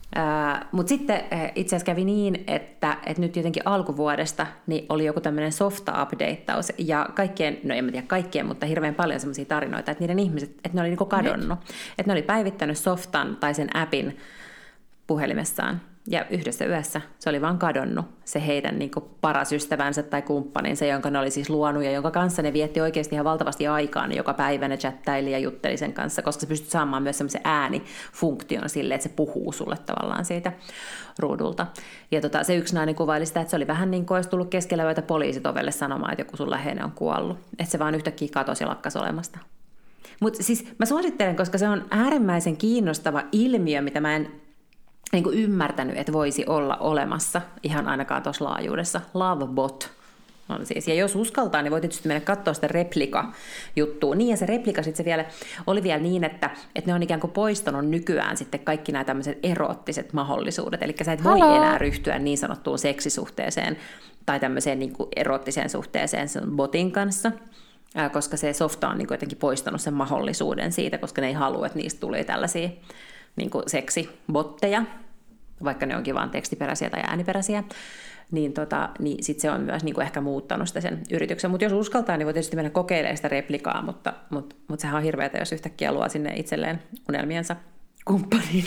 Uh, mutta sitten itse asiassa kävi niin, että, että nyt jotenkin alkuvuodesta niin oli joku tämmöinen softa-updateaus ja kaikkien, no en mä tiedä kaikkien, mutta hirveän paljon semmoisia tarinoita, että niiden ihmiset, että ne oli niinku kadonnut. Että ne oli päivittänyt softan tai sen appin puhelimessaan ja yhdessä yössä se oli vaan kadonnut, se heidän niin kuin paras ystävänsä tai kumppaninsa, jonka ne oli siis luonut ja jonka kanssa ne vietti oikeasti ihan valtavasti aikaa, niin joka päivä ne chattaili ja jutteli sen kanssa, koska sä pystyt saamaan myös semmoisen äänifunktion sille, että se puhuu sulle tavallaan siitä ruudulta. Ja tota, se yksi nainen kuvaili sitä, että se oli vähän niin kuin olisi tullut keskellä yötä poliisit ovelle sanomaan, että joku sun läheinen on kuollut, että se vaan yhtäkkiä katosi ja lakkasi olemasta. Mutta siis mä suosittelen, koska se on äärimmäisen kiinnostava ilmiö, mitä mä en niin kuin ymmärtänyt, että voisi olla olemassa ihan ainakaan tuossa laajuudessa. Lovebot on siis. Ja jos uskaltaa, niin voi tietysti mennä katsoa sitä replika-juttua. Niin, ja se replika sitten se vielä, oli vielä niin, että, että ne on ikään kuin poistanut nykyään sitten kaikki nämä tämmöiset eroottiset mahdollisuudet. Eli sä et voi Hello. enää ryhtyä niin sanottuun seksisuhteeseen tai tämmöiseen niin kuin erottiseen suhteeseen sen botin kanssa, koska se softa on niin kuin jotenkin poistanut sen mahdollisuuden siitä, koska ne ei halua, että niistä tulee tällaisia niin kuin seksibotteja, vaikka ne onkin vaan tekstiperäisiä tai ääniperäisiä, niin, tota, niin sitten se on myös niin kuin ehkä muuttanut sitä sen yrityksen. Mutta jos uskaltaa, niin voi tietysti mennä kokeilemaan sitä replikaa, mutta, mutta, mutta sehän on hirveätä, jos yhtäkkiä luo sinne itselleen unelmiensa kumppaniin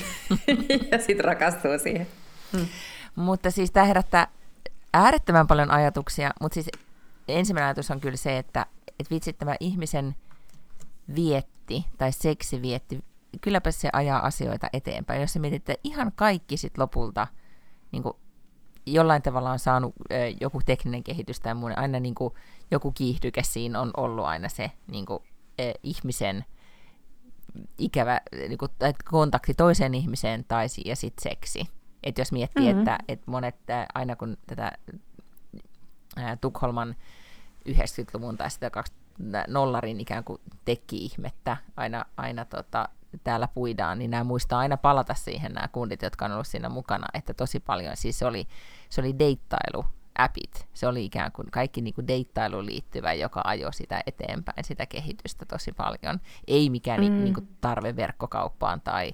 ja sitten rakastuu siihen. Hmm. Mutta siis tämä herättää äärettömän paljon ajatuksia, mutta siis ensimmäinen ajatus on kyllä se, että et vitsi tämä ihmisen vietti tai seksivietti, kylläpä se ajaa asioita eteenpäin. Jos sä mietit, että ihan kaikki sit lopulta niin kuin jollain tavalla on saanut ö, joku tekninen kehitys tai muu, aina niin kuin joku kiihdyke siinä on ollut aina se niin kuin, ö, ihmisen ikävä niin kuin, kontakti toiseen ihmiseen tai ja sitten seksi. Et jos miettii, mm-hmm. että, että monet aina kun tätä ää, Tukholman yhdeksänkymmentäluvun tai sitä nollarin ikään kuin tekki-ihmettä aina, aina tota, täällä puidaan, niin nämä muistaa aina palata siihen nämä kundit, jotka on ollut siinä mukana, että tosi paljon, siis se oli, se oli deittailu-appit, se oli ikään kuin kaikki niin kuin deittailuun liittyvä, joka ajoi sitä eteenpäin, sitä kehitystä tosi paljon, ei mikään mm. niin kuin tarve verkkokauppaan tai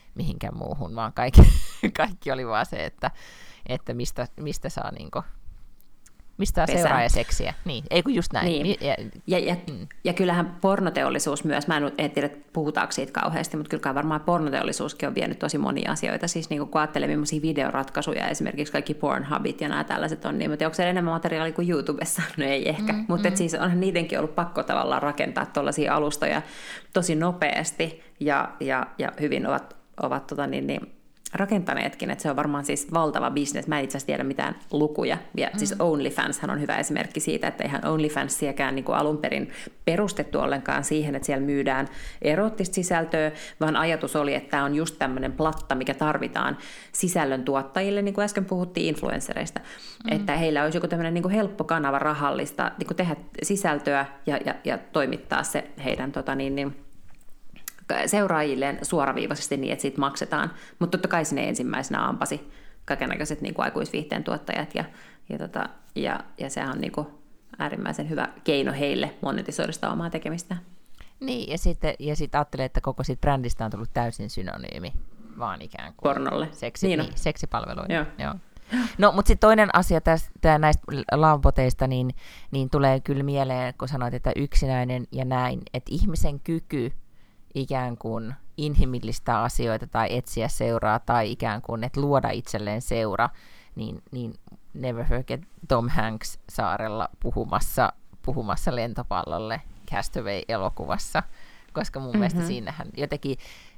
mihinkään muuhun, vaan kaikki, kaikki oli vaan se, että, että mistä, mistä saa niinku, mistä seuraa ja seksiä. Niin, ei kun just näin. Niin. Ja, ja, ja, mm. ja kyllähän pornoteollisuus myös, mä en, en tiedä puhutaanko siitä kauheasti, mutta kyllä varmaan pornoteollisuuskin on vienyt tosi monia asioita. Siis niin kun ajattelee, millaisia videoratkaisuja, esimerkiksi kaikki Pornhubit ja nämä tällaiset on, niin, mutta onko se enemmän materiaalia kuin YouTubessa? No ei ehkä, mm, mutta mm. siis onhan niidenkin ollut pakko tavallaan rakentaa tuollaisia alustoja tosi nopeasti ja, ja, ja hyvin ovat, ovat tota niin, niin, rakentaneetkin, että se on varmaan siis valtava bisnes. Mä en itse asiassa tiedä mitään lukuja. Ja mm. siis OnlyFanshan on hyvä esimerkki siitä, että eihän OnlyFansiäkään niin kuin alun perin perustettu ollenkaan siihen, että siellä myydään eroottista sisältöä, vaan ajatus oli, että tämä on just tämmöinen platta, mikä tarvitaan sisällön tuottajille, niin kuin äsken puhuttiin influenssereista, mm. että heillä olisi joku tämmöinen niin kuin helppo kanava rahallista niin kuin tehdä sisältöä ja, ja, ja toimittaa se heidän tota niin, niin, seuraajilleen suoraviivaisesti niin, että siitä maksetaan. Mutta totta kai sinne ensimmäisenä ampasi kaikennäköiset niin kuin aikuisviihteen tuottajat, ja, ja, tota, ja, ja sehän on niin kuin äärimmäisen hyvä keino heille monetisoida sitä omaa tekemistä. Niin, ja sitten ja sit ajattelee, että koko siitä brändistä on tullut täysin synonyymi, vaan ikään kuin pornolle. Seksi, niin niin, seksipalveluille. Joo. Joo. No, mutta sitten toinen asia tästä, näistä laveboteista, niin, niin tulee kyllä mieleen, kun sanoit, että yksinäinen ja näin, että ihmisen kyky ikään kuin inhimillistää asioita tai etsiä seuraa tai ikään kuin, että luoda itselleen seura, niin, niin never forget Tom Hanks saarella puhumassa, puhumassa lentopallolle Castaway-elokuvassa, koska mun mm-hmm. mielestä siinähän jotenkin,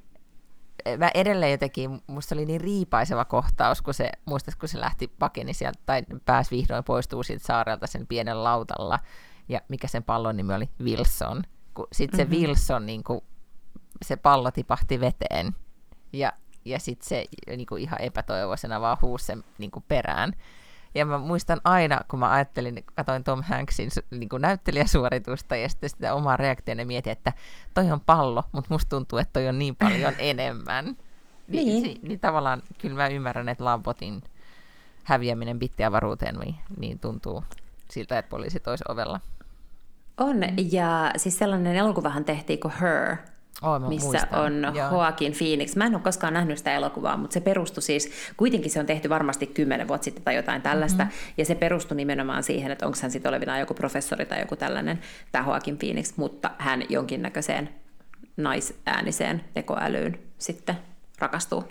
mä edelleen jotenkin, musta oli niin riipaiseva kohtaus, kun se, muistat, kun se lähti pakeni sieltä, tai pääsi vihdoin poistuu siitä saarelta sen pienen lautalla, ja mikä sen pallon nimi oli? Wilson. Sitten se mm-hmm. Wilson niin kuin se pallo tipahti veteen, ja, ja sitten se niinku ihan epätoivoisena vaan huusi sen niinku perään. Ja mä muistan aina, kun mä ajattelin, katsoin Tom Hanksin niinku näyttelijäsuoritusta ja sitten sitä omaa reaktiota mietin, että toi on pallo, mutta musta tuntuu, että toi on niin paljon enemmän. Niin, niin. Niin, niin tavallaan kyllä mä ymmärrän, että Lavebotin häviäminen bittiavaruuteen niin, niin tuntuu siltä, että poliisit olisi ovella. On, ja siis sellainen elokuvahan tehtiin kuin Her, Oh, missä muistan. on Joo. Joaquin Phoenix. Mä en ole koskaan nähnyt sitä elokuvaa, mutta se perustui siis, kuitenkin se on tehty varmasti kymmenen vuotta sitten tai jotain tällaista, mm-hmm. ja se perustui nimenomaan siihen, että onko hän sitten olevinaan joku professori tai joku tällainen, tämä Joaquin Phoenix, mutta hän jonkinnäköiseen naisääniseen tekoälyyn sitten rakastuu.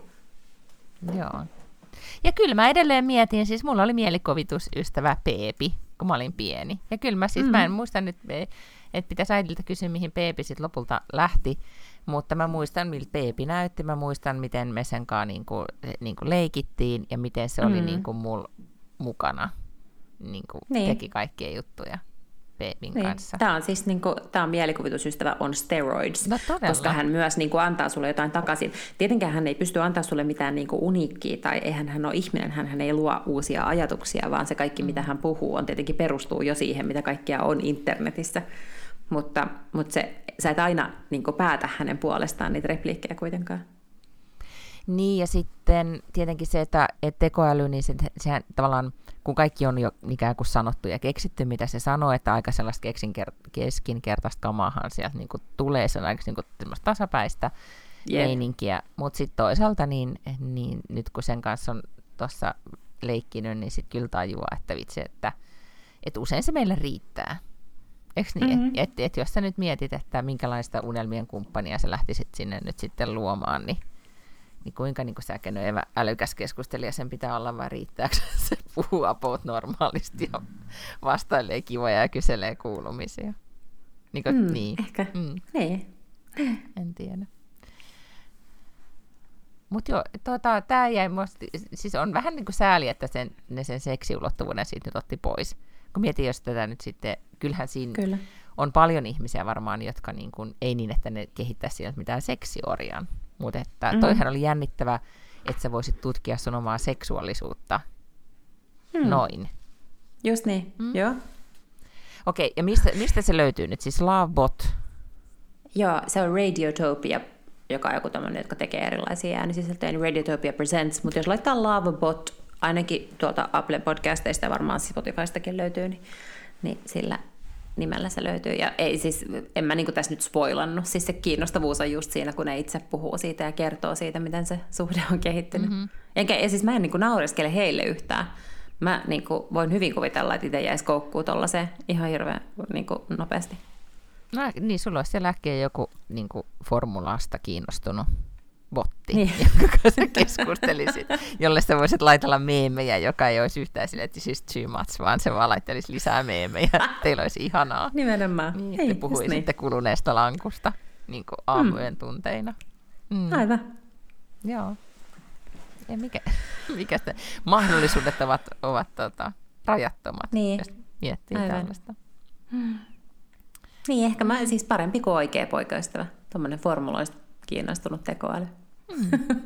Joo. Ja kyllä mä edelleen mietin, siis mulla oli mielikuvitusystävä Peepi, kun mä olin pieni. Ja kyllä mä siis, mm-hmm. mä en muista nyt, että pitäisi äidiltä kysyä, mihin Peepi sitten lopulta lähti, mutta mä muistan, miltä Peepi näytti, mä muistan, miten me sen kanssa niinku, niinku leikittiin ja miten se oli mm-hmm. niinku mulla mukana, niinku niin. teki kaikkia juttuja Peepin niin. kanssa. Tämä on siis niinku, tää on mielikuvitusystävä on steroids, no, koska hän myös niinku antaa sulle jotain takaisin. Tietenkään hän ei pysty antaa sulle mitään niinku uniikkiä, tai eihän hän ole ihminen, hän, hän ei luo uusia ajatuksia, vaan se kaikki, mm. mitä hän puhuu, on tietenkin perustuu jo siihen, mitä kaikkea on internetissä. Mutta, mutta se, sä et aina niinku päätä hänen puolestaan niitä repliikkejä kuitenkaan. Niin, ja sitten tietenkin se, että, että tekoäly, niin se, sehän tavallaan, kun kaikki on jo ikään kuin sanottu ja keksitty, mitä se sanoo, että aika sellaista keskinkertaista kamaahan sieltä niin kuin tulee, se on aika niin kuin tasapäistä yep. meininkiä, mutta sitten toisaalta, niin, niin nyt kun sen kanssa on tuossa leikkinyt, niin sitten kyllä tajuaa, että vitsi, että, että usein se meille riittää. Eikö niin? Mm-hmm. Että et, et jos sä nyt mietit, että minkälaista unelmien kumppania sä lähtisit sinne nyt sitten luomaan, niin niin kuinka niin säkenöivä älykäs keskustelija sen pitää olla, vai riittääkö se puhuu about normaalisti ja vastailee kivoja ja kyselee kuulumisia? Niin, kuin, mm, niin. Ehkä. Mm. Niin. En tiedä. Mutta joo, tuota, tämä jäi musta, siis on vähän niin kuin sääli, että sen, ne sen seksiulottuvuuden siitä nyt otti pois. Kun mietin, jos tätä nyt sitten, kyllähän siinä Kyllä. on paljon ihmisiä varmaan, jotka niin kuin, ei niin, että ne kehittäisi sieltä mitään seksiorjan. Mutta että toihan oli jännittävä, että sä voisit tutkia sun omaa seksuaalisuutta hmm. noin. Just niin, mm. joo. Okei, okay, ja mistä, mistä se löytyy nyt? Siis Lavebot? Joo, se on Radiotopia, joka on joku tämmöinen, jotka tekee erilaisia äänisisältöjä, niin Radiotopia Presents. Mutta jos laittaa Lavebot, ainakin tuolta Apple podcasteista ja varmaan Spotifystakin löytyy, niin, niin sillä nimellä se löytyy. Ja ei siis, en mä niinku tässä nyt spoilannut. Siis se kiinnostavuus on just siinä, kun ne itse puhuu siitä ja kertoo siitä, miten se suhde on kehittynyt. Mm-hmm. Enkä, ja siis mä en niinku naureskele heille yhtään. Mä niinku voin hyvin kuvitella, että itse jäisi koukkuun tollaiseen ihan hirveän niinku nopeasti. No niin, sulla olisi siellä äkkiä joku niinku formulasta kiinnostunut botti, niin. jonka kanssa keskustelisit, jolle sä voisit laitella meemejä, joka ei olisi yhtään sille, että siis too much, vaan se vaan laittelisi lisää meemejä. Teillä olisi ihanaa. Nimenomaan. Niin, Hei, te puhuisitte niin. kuluneesta lankusta niin kuin aamujen mm. tunteina. Mm. Aivan. Joo. Ja mikä, mikä sitä, mahdollisuudet ovat, ovat tota, rajattomat, niin. jos miettii Aivan. tällaista. Hmm. Niin, ehkä mä siis parempi kuin oikea poikaystävä. Tuommoinen formuloista kiinnostunut tekoäly. Mm.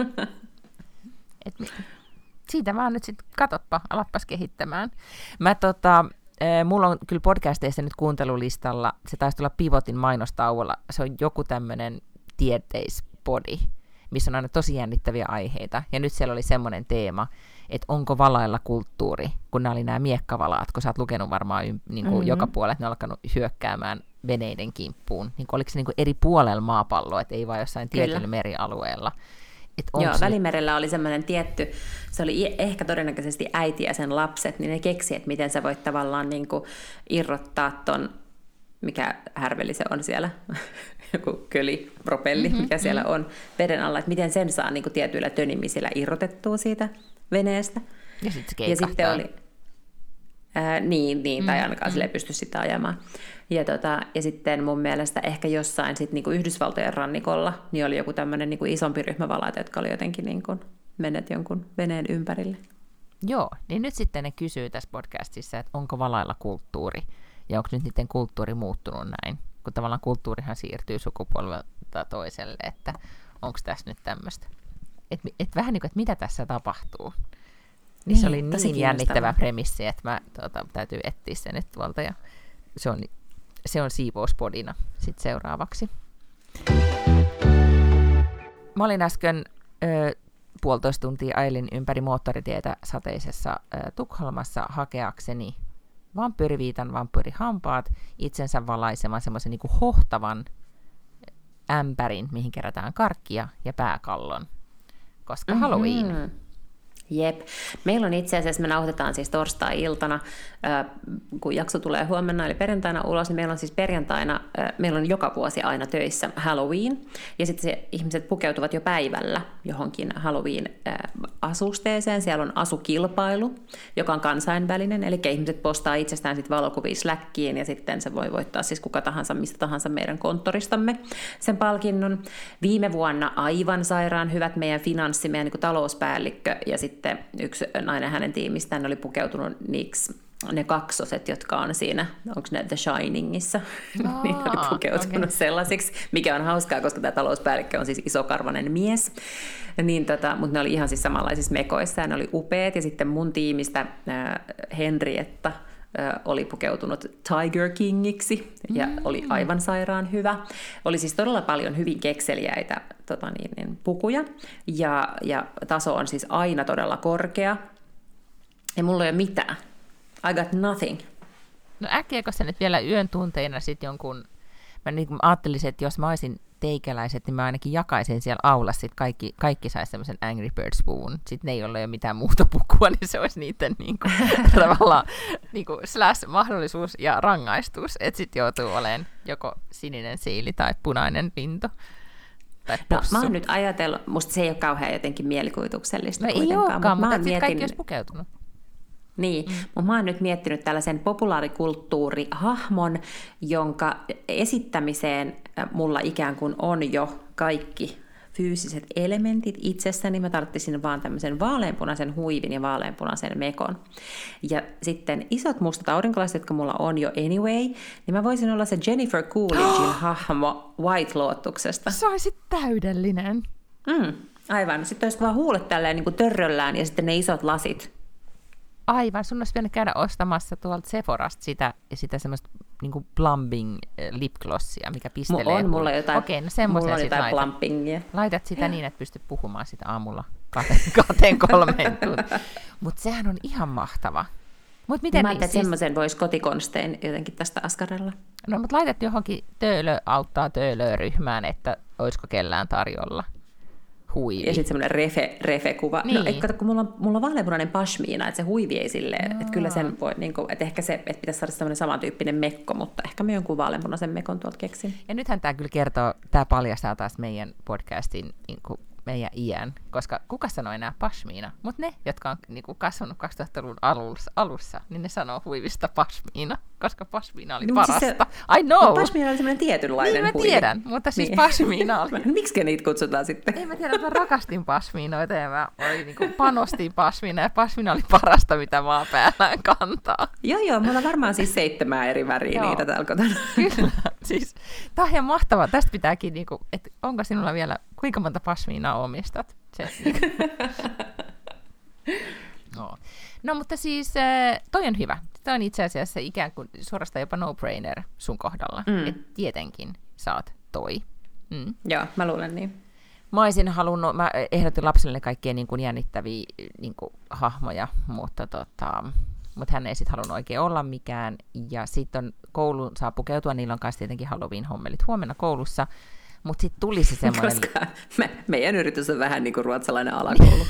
Et mi- siitä vaan nyt sitten katoppa, alappas kehittämään. Mä tota, äh, mulla on kyllä podcasteissa nyt kuuntelulistalla, se taisi tulla Pivotin mainostauolla, se on joku tämmöinen tieteispodi, missä on aina tosi jännittäviä aiheita. Ja nyt siellä oli semmoinen teema, että onko valailla kulttuuri, kun nämä oli nämä miekkavalaat, kun sä oot lukenut varmaan ym- niin kuin mm-hmm. joka puolella, ne on alkanut hyökkäämään veneiden kimppuun. Niin oliko se niin kuin eri puolella maapalloa, että ei vaan jossain tietyllä merialueella. Joo, se... Välimerellä oli semmoinen tietty, se oli ehkä todennäköisesti äiti ja sen lapset, niin ne keksi, että miten sä voit tavallaan niin kuin irrottaa ton, mikä härveli se on siellä, joku köli, propelli, mm-hmm, mikä siellä mm-hmm. on veden alla, että miten sen saa niin kuin tietyillä tönimisillä irrotettua siitä veneestä. Ja sitten se ja sitten oli, ää, niin, niin mm, tai ainakaan mm. sille ei pysty sitä ajamaan. Ja, tota, ja sitten mun mielestä ehkä jossain sit niinku Yhdysvaltojen rannikolla niin oli joku tämmöinen niinku isompi ryhmä valaita, jotka oli jotenkin niinku menneet jonkun veneen ympärille. Joo, niin nyt sitten ne kysyy tässä podcastissa, että onko valailla kulttuuri ja onko nyt niiden kulttuuri muuttunut näin, kun tavallaan kulttuurihan siirtyy sukupolvelta toiselle, että onko tässä nyt tämmöistä. Että et vähän niin kuin, että mitä tässä tapahtuu. Niin, niin se oli niin jännittävä premissi, että mä tuota, täytyy etsiä sen nyt tuolta ja se on, se on siivouspodina sitten seuraavaksi. Mä olin äsken ö, puolitoista tuntia ailin ympäri moottoritietä sateisessa ö, Tukholmassa hakeakseni vampyyriviitan, vampyyrihampaat, itsensä valaisemaan semmoisen niinku hohtavan ämpärin, mihin kerätään karkkia ja pääkallon, koska mm-hmm. Halloween. Jep. Meillä on itse asiassa, me nauhoitetaan siis torstai-iltana, kun jakso tulee huomenna, eli perjantaina ulos, niin meillä on siis perjantaina, meillä on joka vuosi aina töissä Halloween, ja sitten se, ihmiset pukeutuvat jo päivällä johonkin Halloween-asusteeseen. Siellä on asukilpailu, joka on kansainvälinen, eli ihmiset postaa itsestään sitten valokuvia Slackiin, ja sitten se voi voittaa siis kuka tahansa, mistä tahansa meidän konttoristamme sen palkinnon. Viime vuonna aivan sairaan hyvät meidän finanssi, meidän niin talouspäällikkö, ja sitten Sitten yksi nainen hänen tiimistään oli pukeutunut niiksi ne kaksoset, jotka on siinä, onko ne The Shiningissa, oh, niin oli pukeutunut okay. sellaisiksi, mikä on hauskaa, koska tämä talouspäällikkö on siis isokarvainen mies, niin tota, mutta ne oli ihan siis samanlaisissa mekoissa ja ne oli upeat, ja sitten mun tiimistä äh, Henrietta äh, oli pukeutunut Tiger Kingiksi ja mm. oli aivan sairaan hyvä. Oli siis todella paljon hyvin kekseliäitä tota niin, niin, pukuja ja, ja taso on siis aina todella korkea. Ja mulla ei ole mitään. I got nothing. No äkkiäkö sä nyt vielä yön tunteina sitten jonkun, mä niin ajattelisin, että jos mä olisin teikäläiset, niin mä ainakin jakaisin siellä aulassa, sit kaikki, kaikki saisi semmoisen Angry Birds-puvun. Sitten ne ei ole jo mitään muuta pukua, niin se olisi niiden niinku, tavallaan niinku, slash mahdollisuus ja rangaistus, että sitten joutuu olemaan joko sininen siili tai punainen pinto. No, mä oon nyt ajatellut, musta se ei ole kauhean jotenkin mielikuvituksellista no, kuitenkaan. ei olekaan, mutta, mutta mietin... kaikki olisi pukeutunut. Niin, mm. mutta mä oon nyt miettinyt tällaisen populaarikulttuurihahmon, jonka esittämiseen mulla ikään kuin on jo kaikki fyysiset elementit itsessäni. Mä tarvitsin vaan tämmöisen vaaleanpunaisen huivin ja vaaleanpunaisen mekon. Ja sitten isot mustat aurinkolaiset, jotka mulla on jo anyway, niin mä voisin olla se Jennifer Coolidgein oh! hahmo White Lotuksesta. Se olisi täydellinen. Mm, aivan. Sitten olisi vaan huulet tälleen niin kuin törröllään ja sitten ne isot lasit. Aivan, sun olisi pitänyt käydä ostamassa tuolta Sephorasta sitä, sitä semmoista niinku plumping lipglossia, mikä pistelee. On mulla jotain, okei, no semmoisen mulla on jotain laitat. plumpingia. Laitat sitä niin, että pystyt puhumaan sitä aamulla kahteen, kahteen kolmeen tuntiin. Mutta sehän on ihan mahtava. Mut miten mä ajattelin, siis... että semmoisen voisi kotikonstein jotenkin tästä askarella. No, mutta laitat johonkin töölö auttaa töölöä-ryhmään, että olisiko kellään tarjolla huivi. Ja sitten semmoinen refe, refe-kuva. Niin. No, et kato, kun mulla on, mulla on vaaleanpunainen pashmiina, että se huivi ei silleen, että kyllä sen voi, niin kuin, että ehkä se, että pitäisi saada semmoinen samantyyppinen mekko, mutta ehkä mä jonkun vaaleanpunaisen mekon tuolta keksin. Ja nythän tämä kyllä kertoo, tämä paljastaa taas meidän podcastin niin kuin meidän iän, koska kuka sanoo enää pashmiina, mutta ne, jotka on niin kuin kasvanut kaksituhattaluvun alussa, alussa, niin ne sanoo huivista pashmiina, koska pashmiina oli no, parasta. Siis se, I know! Pashmiina oli semmoinen tietynlainen niin, mä huivi. tiedän, mutta siis niin. pashmiina oli... Miksi niitä kutsutaan sitten? Ei mä tiedä, mä rakastin pashmiinoita ja mä oli, niin kuin, panostin pashmiina ja pashmiina oli parasta, mitä maa päällään kantaa. Joo, joo, mulla on varmaan siis seitsemän eri väriä Joo. niitä täällä kotona. Kyllä, siis tämä on ihan mahtavaa. Tästä pitääkin, niin kuin, että onko sinulla vielä, kuinka monta pashmiinaa omistat? Se, niin no. no, mutta siis toi on hyvä. Tämä on itse asiassa ikään kuin suorastaan jopa no-brainer sun kohdalla. Mm. Että tietenkin saat toi. Mm. Joo, mä luulen niin. Mä olisin halunnut, mä ehdotin lapselle kaikkia niin kuin jännittäviä niin kuin hahmoja, mutta, tota, mutta hän ei sitten halunnut oikein olla mikään. Ja sitten kouluun saa pukeutua, niillä on kanssa tietenkin Halloween-hommelit huomenna koulussa. Mutta sitten tuli se semmoinen... Koska me, meidän yritys on vähän niin kuin ruotsalainen alakoulu.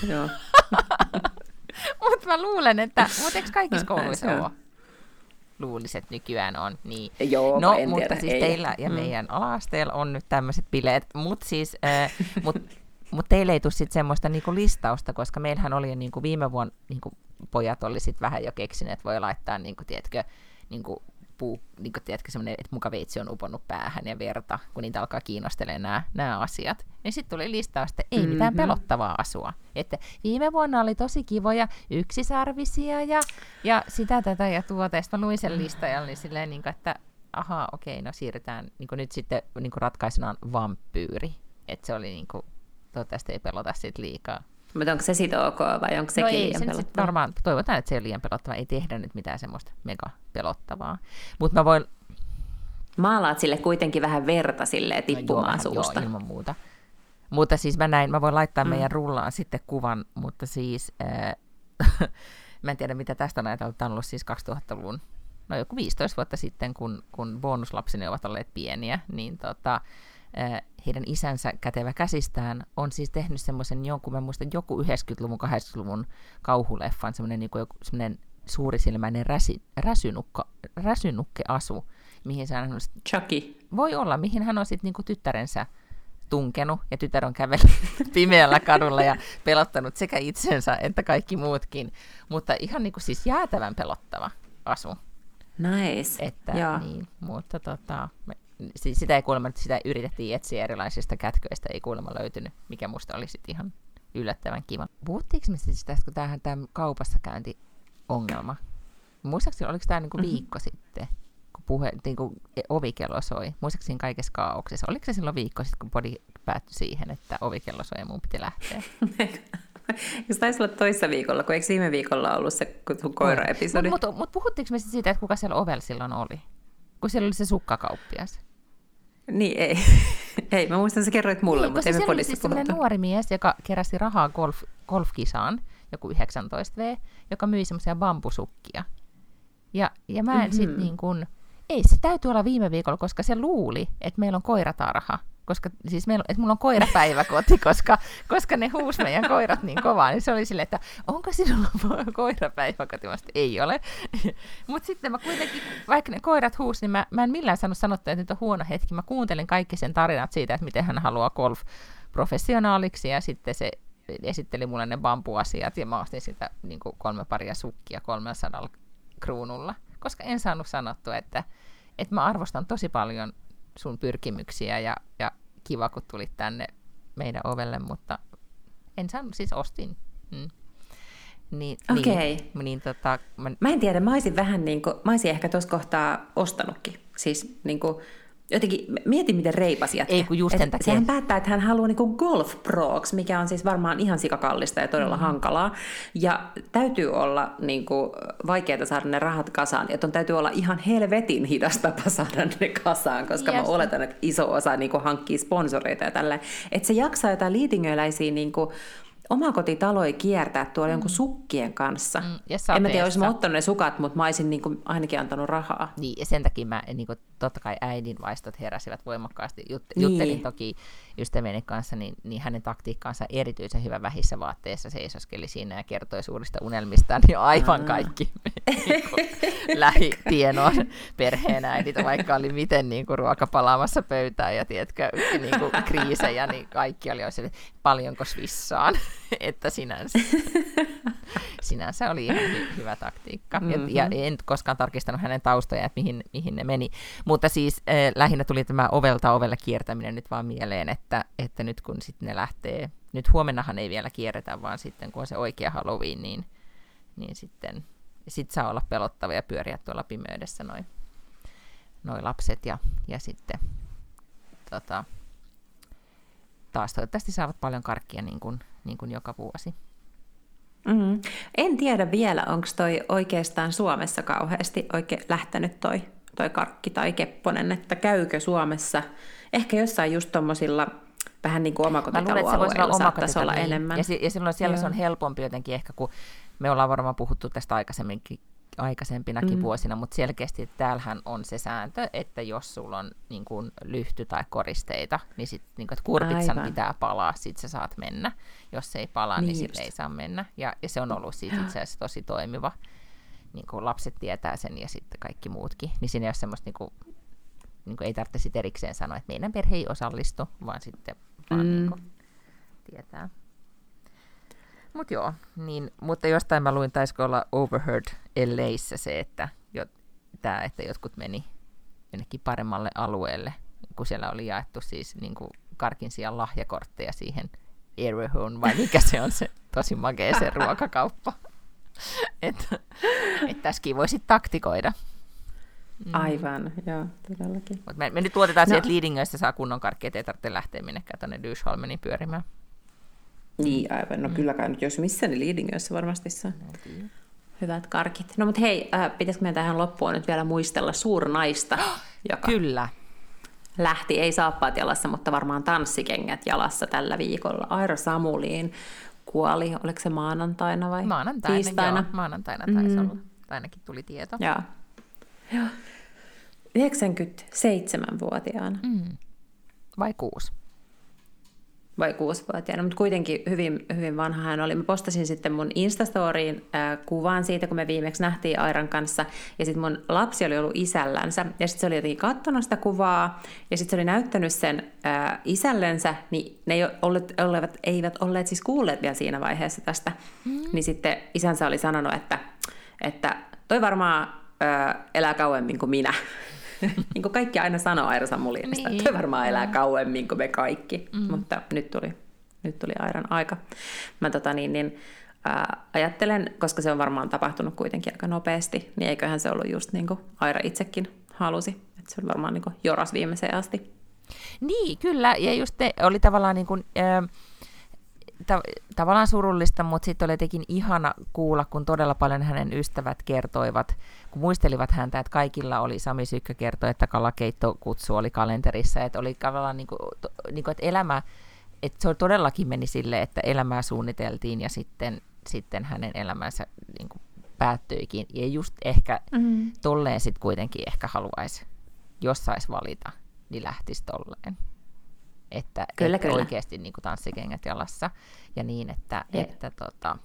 Mutta mä luulen, että... Mutta eikö kaikissa kouluissa ole? Luulisin, että nykyään on. Niin. Joo, no, en mutta tiedä, siis ei. teillä ja mm. meidän ala-asteella on nyt tämmöiset bileet. Mutta siis... Äh, mut, mut teille ei tule sitten semmoista niinku listausta, koska meillähän oli jo niinku viime vuonna... Niinku pojat oli sitten vähän jo keksineet, että voi laittaa, niinku, tiedätkö... Niinku, puu, niin kuin tiedätkö, semmoinen, että muka veitsi on uponnut päähän ja verta, kun niitä alkaa kiinnostelemaan nämä, nämä asiat. Ja sitten tuli listaus, että ei mitään mm-hmm. pelottavaa asua. Että viime vuonna oli tosi kivoja yksisarvisia ja, ja sitä, tätä ja tuota. Ja sitten mä luin sen listan ja olin silleen, niin kuin, että ahaa, okei, no siirrytään. Niin kuin nyt sitten niin kuin ratkaisuna on vampyyri. Että se oli niin kuin, toivottavasti ei pelota siitä liikaa. Mutta onko se sitten ok vai onko sekin no ei, liian se pelottavaa? Varmaan toivotaan, että se ei ole liian pelottavaa. Ei tehdä nyt mitään semmoista mega pelottavaa. Mutta mä voin... Maalaat sille kuitenkin vähän verta silleen tippumaan no joo, suusta. Joo, ilman muuta. Mutta siis mä näin, mä voin laittaa mm. meidän rullaan sitten kuvan, mutta siis... Äh, mä en tiedä, mitä tästä on ajatellut. Tämä on ollut siis kaksituhattaluvun, no joku viisitoista vuotta sitten, kun, kun bonuslapseni ovat olleet pieniä, niin tota... heidän isänsä kätevä käsistään on siis tehnyt semmoisen jonkun, mä muistan, joku yhdeksänkymmentäluvun, kahdeksankymmentäluvun kauhuleffan, semmoinen niin kuin semmoinen suurisilmäinen räsi, räsynukka, räsynukkeasu, mihin hän on... Chucky. Voi olla, mihin hän on sitten niin kuin tyttärensä tunkenut, ja tytär on kävellyt pimeällä kadulla ja pelottanut sekä itsensä että kaikki muutkin, mutta ihan niin kuin siis jäätävän pelottava asu. Nice. Että, Joo. niin, mutta tota... Sitä ei kuulemma, että sitä yritettiin etsiä erilaisista kätköistä, ei kuulemma löytynyt, mikä musta oli sitten ihan yllättävän kiva. Puhuttiinko me siis tästä, kun tämähän tämä kaupassa käynti ongelma? Muistaakseni, oliko tämä niinku viikko mm-hmm. sitten, kun puhe, niinku ovikello soi? Muistaakseni kaikessa kaauksessa? Oliko se silloin viikko sitten, kun podi päättyi siihen, että ovikello soi ja mun piti lähteä? Se taisi olla toissa viikolla, kun eikö viime viikolla ollut se koira-episodi? Mutta mut, mut puhuttiinko me siitä, että kuka siellä ovella silloin oli? Kun siellä oli se sukkakauppias. Niin, ei. ei, mä muistan, että sä kerroit mulle, niin, mutta emme podissa siis puhuttu. Siellä oli nuori mies, joka keräsi rahaa golf, golfkisaan, joku yhdeksäntoista vuotias, joka myi semmoisia bambusukkia. Ja, ja mä en mm-hmm. sit niin kun, ei se täytyy olla viime viikolla, koska se luuli, että meillä on koiratarha. Koska, siis meillä, että mulla on koirapäiväkoti, koska, koska ne huusi meidän koirat niin kovaa, niin se oli silleen, että onko sinulla koirapäiväkoti? Mä ei ole. Mutta sitten mä kuitenkin, vaikka ne koirat huusi, niin mä, mä en millään saanut sanottua, että nyt on huono hetki. Mä kuuntelin kaikki sen tarinat siitä, että miten hän haluaa golf-professionaaliksi, ja sitten se esitteli mulle ne bambuasiat, ja mä ostin sitä niin kuin kolme paria sukkia kolmesataa kruunulla, koska en saanut sanottua, että, että mä arvostan tosi paljon sun pyrkimyksiä ja, ja kiva, kun tulit tänne meidän ovelle, mutta en saanut, siis ostin. Mm. Niin, Okei. Niin, niin, tota, mä... mä en tiedä, mä olisin vähän niin kuin, mä olisin ehkä tuossa kohtaa ostanutkin. Siis niin kuin, jotenkin, mietin miten reipas jätkä. Ei kun just sen takia. Sehän päättää, että hän haluaa niin kuin golf prox, mikä on siis varmaan ihan sikakallista ja todella mm-hmm. hankalaa. Ja täytyy olla niin kuin, vaikeaa saada ne rahat kasaan. Ja ton täytyy olla ihan helvetin hidas tapa saada ne kasaan, koska yes. mä oletan, että iso osa niin kuin, hankkii sponsoreita ja tälleen. Että se jaksaa jotain liitingöläisiä niin kuin, omakotitaloja kiertää tuolla mm. jonkun sukkien kanssa. Mm. En mä tiedä, olisin mä ottanut ne sukat, mutta mä olisin niin kuin ainakin antanut rahaa. Niin, ja sen takia mä, niin kuin, totta kai äidin vaistot heräsivät voimakkaasti. Jut- niin. Juttelin toki ystävieni kanssa, niin, niin hänen taktiikkaansa erityisen hyvä vähissä vaatteissa seisoskeli siinä ja kertoi suurista unelmistaan, niin aivan Aa. kaikki niin lähitienoon perheenäidit, vaikka oli miten niin kuin, ruoka palaamassa pöytään ja tiedätkö, niin kuin, kriisejä, niin kaikki oli olisi, paljonko svissaan, että sinänsä, sinänsä oli ihan hy- hyvä taktiikka. Mm-hmm. Ja, ja en koskaan tarkistanut hänen taustojaan, että mihin, mihin ne meni. Mutta siis äh, lähinnä tuli tämä ovelta ovelle kiertäminen nyt vaan mieleen, että, että nyt kun sitten ne lähtee, nyt huomennahan ei vielä kierretä, vaan sitten kun on se oikea Halloween, niin, niin sitten sit saa olla pelottava ja pyöriä tuolla pimeydessä noi, noi lapset ja, ja sitten tota, taas toivottavasti saavat paljon karkkia niin kuin, niin kuin joka vuosi. Mm. En tiedä vielä, onko toi oikeastaan Suomessa kauheasti oikein lähtenyt toi, toi karkki tai kepponen, että käykö Suomessa, ehkä jossain just tommosilla vähän niin kuin omakotitaloalueilla saattaisi olla niin. enemmän. Ja, si- ja silloin siellä Joo. se on helpompi jotenkin ehkä, kun me ollaan varmaan puhuttu tästä aikaisemminkin, aikaisempinakin mm. vuosina, mutta selkeästi että täällähän on se sääntö, että jos sulla on niin kuin lyhty tai koristeita, niin sitten niin että kurpitsan Aivan. pitää palaa, sit sä saat mennä. Jos se ei palaa, niin, niin sitten ei saa mennä. Ja, ja se on ollut siis itse asiassa tosi toimiva. Niin kuin lapset tietää sen ja sitten kaikki muutkin. Niin siinä ei ole semmoista, niin kuin, niin kuin ei tarvitse sit erikseen sanoa, että meidän perhe ei osallistu, vaan sitten vaan mm. niin kuin tietää. Mut joo, niin, mutta jostain mä luin, taisiko olla Overheard L A:ssä se, että, jo, tää, että jotkut meni jonnekin paremmalle alueelle, kun siellä oli jaettu siis niin kuin karkin sijaan lahjakortteja siihen Airhone, vai mikä se on se tosi makea se ruokakauppa. Että et tässäkin voisit taktikoida. Mm. Aivan, joo, todellakin. Mut me, me nyt luotetaan no. siihen, että Lidingöstä saa kunnon karkki, ettei tarvitse lähteä minnekään tuonne Dysholmeniin pyörimään. Niin, aivan. No mm. kylläkään nyt, jos missä, niin Lidingössä varmasti saa no, hyvät karkit. No mutta hei, äh, pitäisikö meidän tähän loppuun nyt vielä muistella suurnaista, joka Kyllä. lähti, ei saappaat jalassa, mutta varmaan tanssikengät jalassa tällä viikolla. Aira Samuliin kuoli, oliko se maanantaina vai maanantaina, tiistaina? Joo, maanantaina taisi mm. olla, ainakin tuli tieto. Joo. Joo. yhdeksänkymmentäseitsemänvuotiaana. Mm. Vai kuusi? Vai kuusivuotiaana, mutta kuitenkin hyvin, hyvin vanha hän oli. Mä postasin sitten mun Instastoriin äh, kuvan siitä, kun me viimeksi nähtiin Airan kanssa, ja sitten mun lapsi oli ollut isällänsä, ja sitten se oli jotenkin katsonut sitä kuvaa, ja sitten se oli näyttänyt sen äh, isällensä, niin ne ei olleet, olevat, eivät olleet siis kuulleet vielä siinä vaiheessa tästä, mm. niin sitten isänsä oli sanonut, että, että toi varmaan äh, elää kauemmin kuin minä. Niin kuin kaikki aina sanoo Aira Samuliinista, niin. Että varmaan elää kauemmin kuin me kaikki, mm. mutta nyt tuli, nyt tuli Airan aika. Mä tota niin, niin, ää, ajattelen, koska se on varmaan tapahtunut kuitenkin aika nopeasti, niin eiköhän se ollut just niin kuin Aira itsekin halusi, että se oli varmaan niin kuin joras viimeiseen asti. Niin, kyllä, ja just te, oli tavallaan niin kuin, äh, ta- tavallaan surullista, mutta sitten oli jotenkin ihana kuulla, kun todella paljon hänen ystävät kertoivat, kun muistelivat häntä, että kaikilla oli, Sami Sykkö kertoi, että kalakeittokutsu oli kalenterissa, että oli tavallaan niin kuin, to, niin kuin, että elämä, että se todellakin meni silleen, että elämää suunniteltiin ja sitten, sitten hänen elämänsä niin kuin päättyikin. Ja just ehkä mm-hmm. tolleen sitten kuitenkin ehkä haluaisi, jos saisi valita, niin lähtisi tolleen. Että, kyllä, että kyllä. oikeasti niin kuin tanssikengät jalassa ja niin, että, että, tota,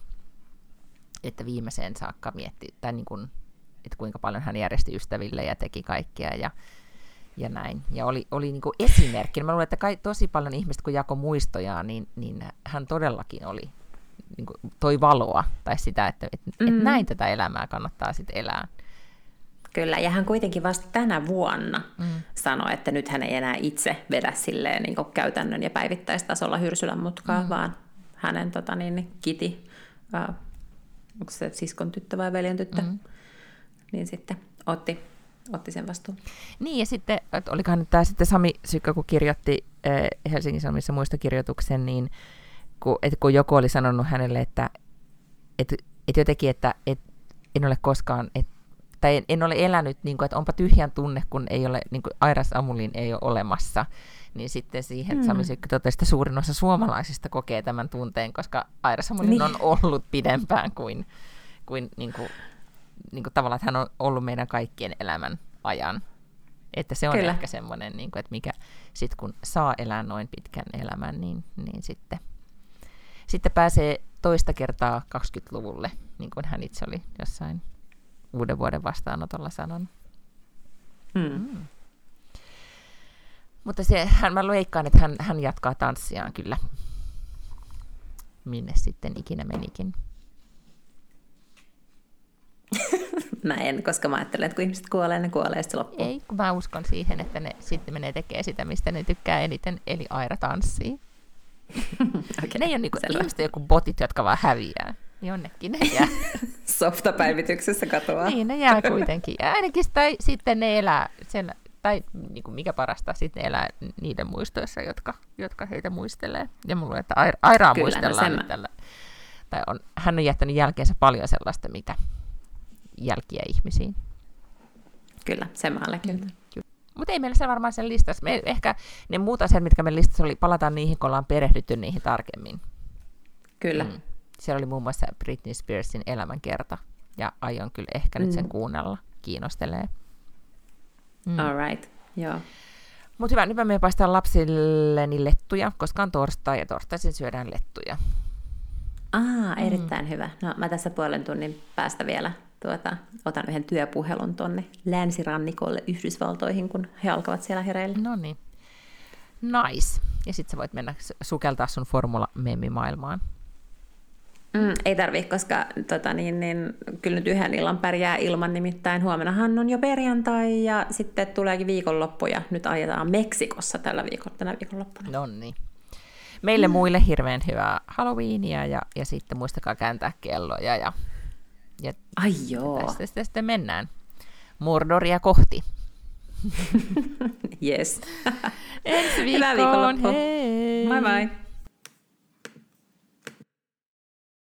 että viimeiseen saakka mietti, tai niin kuin, että kuinka paljon hän järjesti ystäville ja teki kaikkea ja, ja näin. Ja oli, oli niin kuin esimerkki. Mä luulen, että kai, tosi paljon ihmistä, kun jakoi muistojaan, niin, niin hän todellakin oli, niin kuin, toi valoa tai sitä, että, että, mm. että näin tätä elämää kannattaa sitten elää. Kyllä, ja hän kuitenkin vasta tänä vuonna mm. sanoi, että nyt hän ei enää itse vedä silleen niin kuin käytännön ja päivittäistasolla Hyrsylän mutkaa, mm. vaan hänen tota, niin, Kiti, äh, onko se siskon tyttö vai veljen tyttö, mm. niin sitten otti, otti sen vastuun. Niin, ja sitten, olikohan nyt tämä sitten Sami Sykkö, kun kirjoitti äh, Helsingin Sanomissa muistokirjoituksen, niin kun, et, kun joku oli sanonut hänelle, että et, et jotenkin, että et, en ole koskaan, et, tai en ole elänyt, niin kuin, että onpa tyhjän tunne, kun ei ole, niin kuin Aira Samulin ei ole olemassa, niin sitten siihen Mm. Sami Sykky totesi, että suurin osa suomalaisista kokee tämän tunteen, koska Aira Samuelin Niin. on ollut pidempään kuin, kuin, niin kuin, niin kuin tavallaan, että hän on ollut meidän kaikkien elämän ajan. Että se on Kyllä. ehkä semmoinen, niin kuin, että mikä sitten kun saa elää noin pitkän elämän, niin, niin sitten, sitten pääsee toista kertaa kaksikymmentäluvulle, niin kuin hän itse oli jossain uuden vuoden vastaanotolla sanonut. Mm. Mm. Mutta se, hän, mä leikkaan, että hän, hän jatkaa tanssiaan kyllä, minne sitten ikinä menikin. Mä en, koska mä ajattelen, että kun ihmiset kuolee, ne kuolee ja sitten se loppuu. Ei, kun mä uskon siihen, että ne sitten menee tekemään sitä, mistä ne tykkää eniten, eli Aira tanssii. Okay, Ne ei ole niinku, selvä. ihmiset joku botit, jotka vaan häviää. Jonnekin ne jää. Softapäivityksessä katoaa. Niin, ne jää kuitenkin. Ja ainakin tai sitten ne elää, sen, tai niin kuin mikä parasta, sitten ne elää niiden muistoissa, jotka, jotka heitä muistelee. Ja mulla että Aira, Airaa Kyllä, no muistellaan sen nyt mä- tällä. Tai on, hän on jättänyt jälkeensä paljon sellaista, mitä jälkiä ihmisiin. Kyllä, sen mä allekirjoitan. Mutta ei meillä se varmaan sen listassa. Me ehkä ne muut asiat, mitkä meidän listassa oli, palataan niihin, kun ollaan perehdytty niihin tarkemmin. Kyllä. Mm. Siellä oli muun muassa Britney Spearsin elämänkerta, ja aion kyllä ehkä mm. nyt sen kuunnella. Kiinnostelee. Mm. All right, joo. Mutta hyvä, nyt mä menen paistaa lapsilleni lettuja, koska on torstai, ja torstaisin syödään lettuja. Aa, erittäin mm. hyvä. No mä tässä puolen tunnin päästä vielä tuota, otan yhden työpuhelun tonne länsirannikolle Yhdysvaltoihin, kun he alkavat siellä hereillä. No niin. Nice. Ja sit sä voit mennä sukeltaa sun formula-memimaailmaan. Mm, ei tarvii, koska tota, niin, niin, kyllä nyt yhden illan pärjää ilman, nimittäin huomennahan on jo perjantai ja sitten tuleekin viikonloppu ja nyt ajetaan Meksikossa tällä viikolla, tänä viikonloppuna. No niin. Meille mm. muille hirveän hyvää Halloweenia ja, ja sitten muistakaa kääntää kelloja ja, ja Ai joo. tästä sitten, sitten mennään Mordoria kohti. Yes. Ensi Hyvää viikkoon, viikonloppua. hei! Moi moi!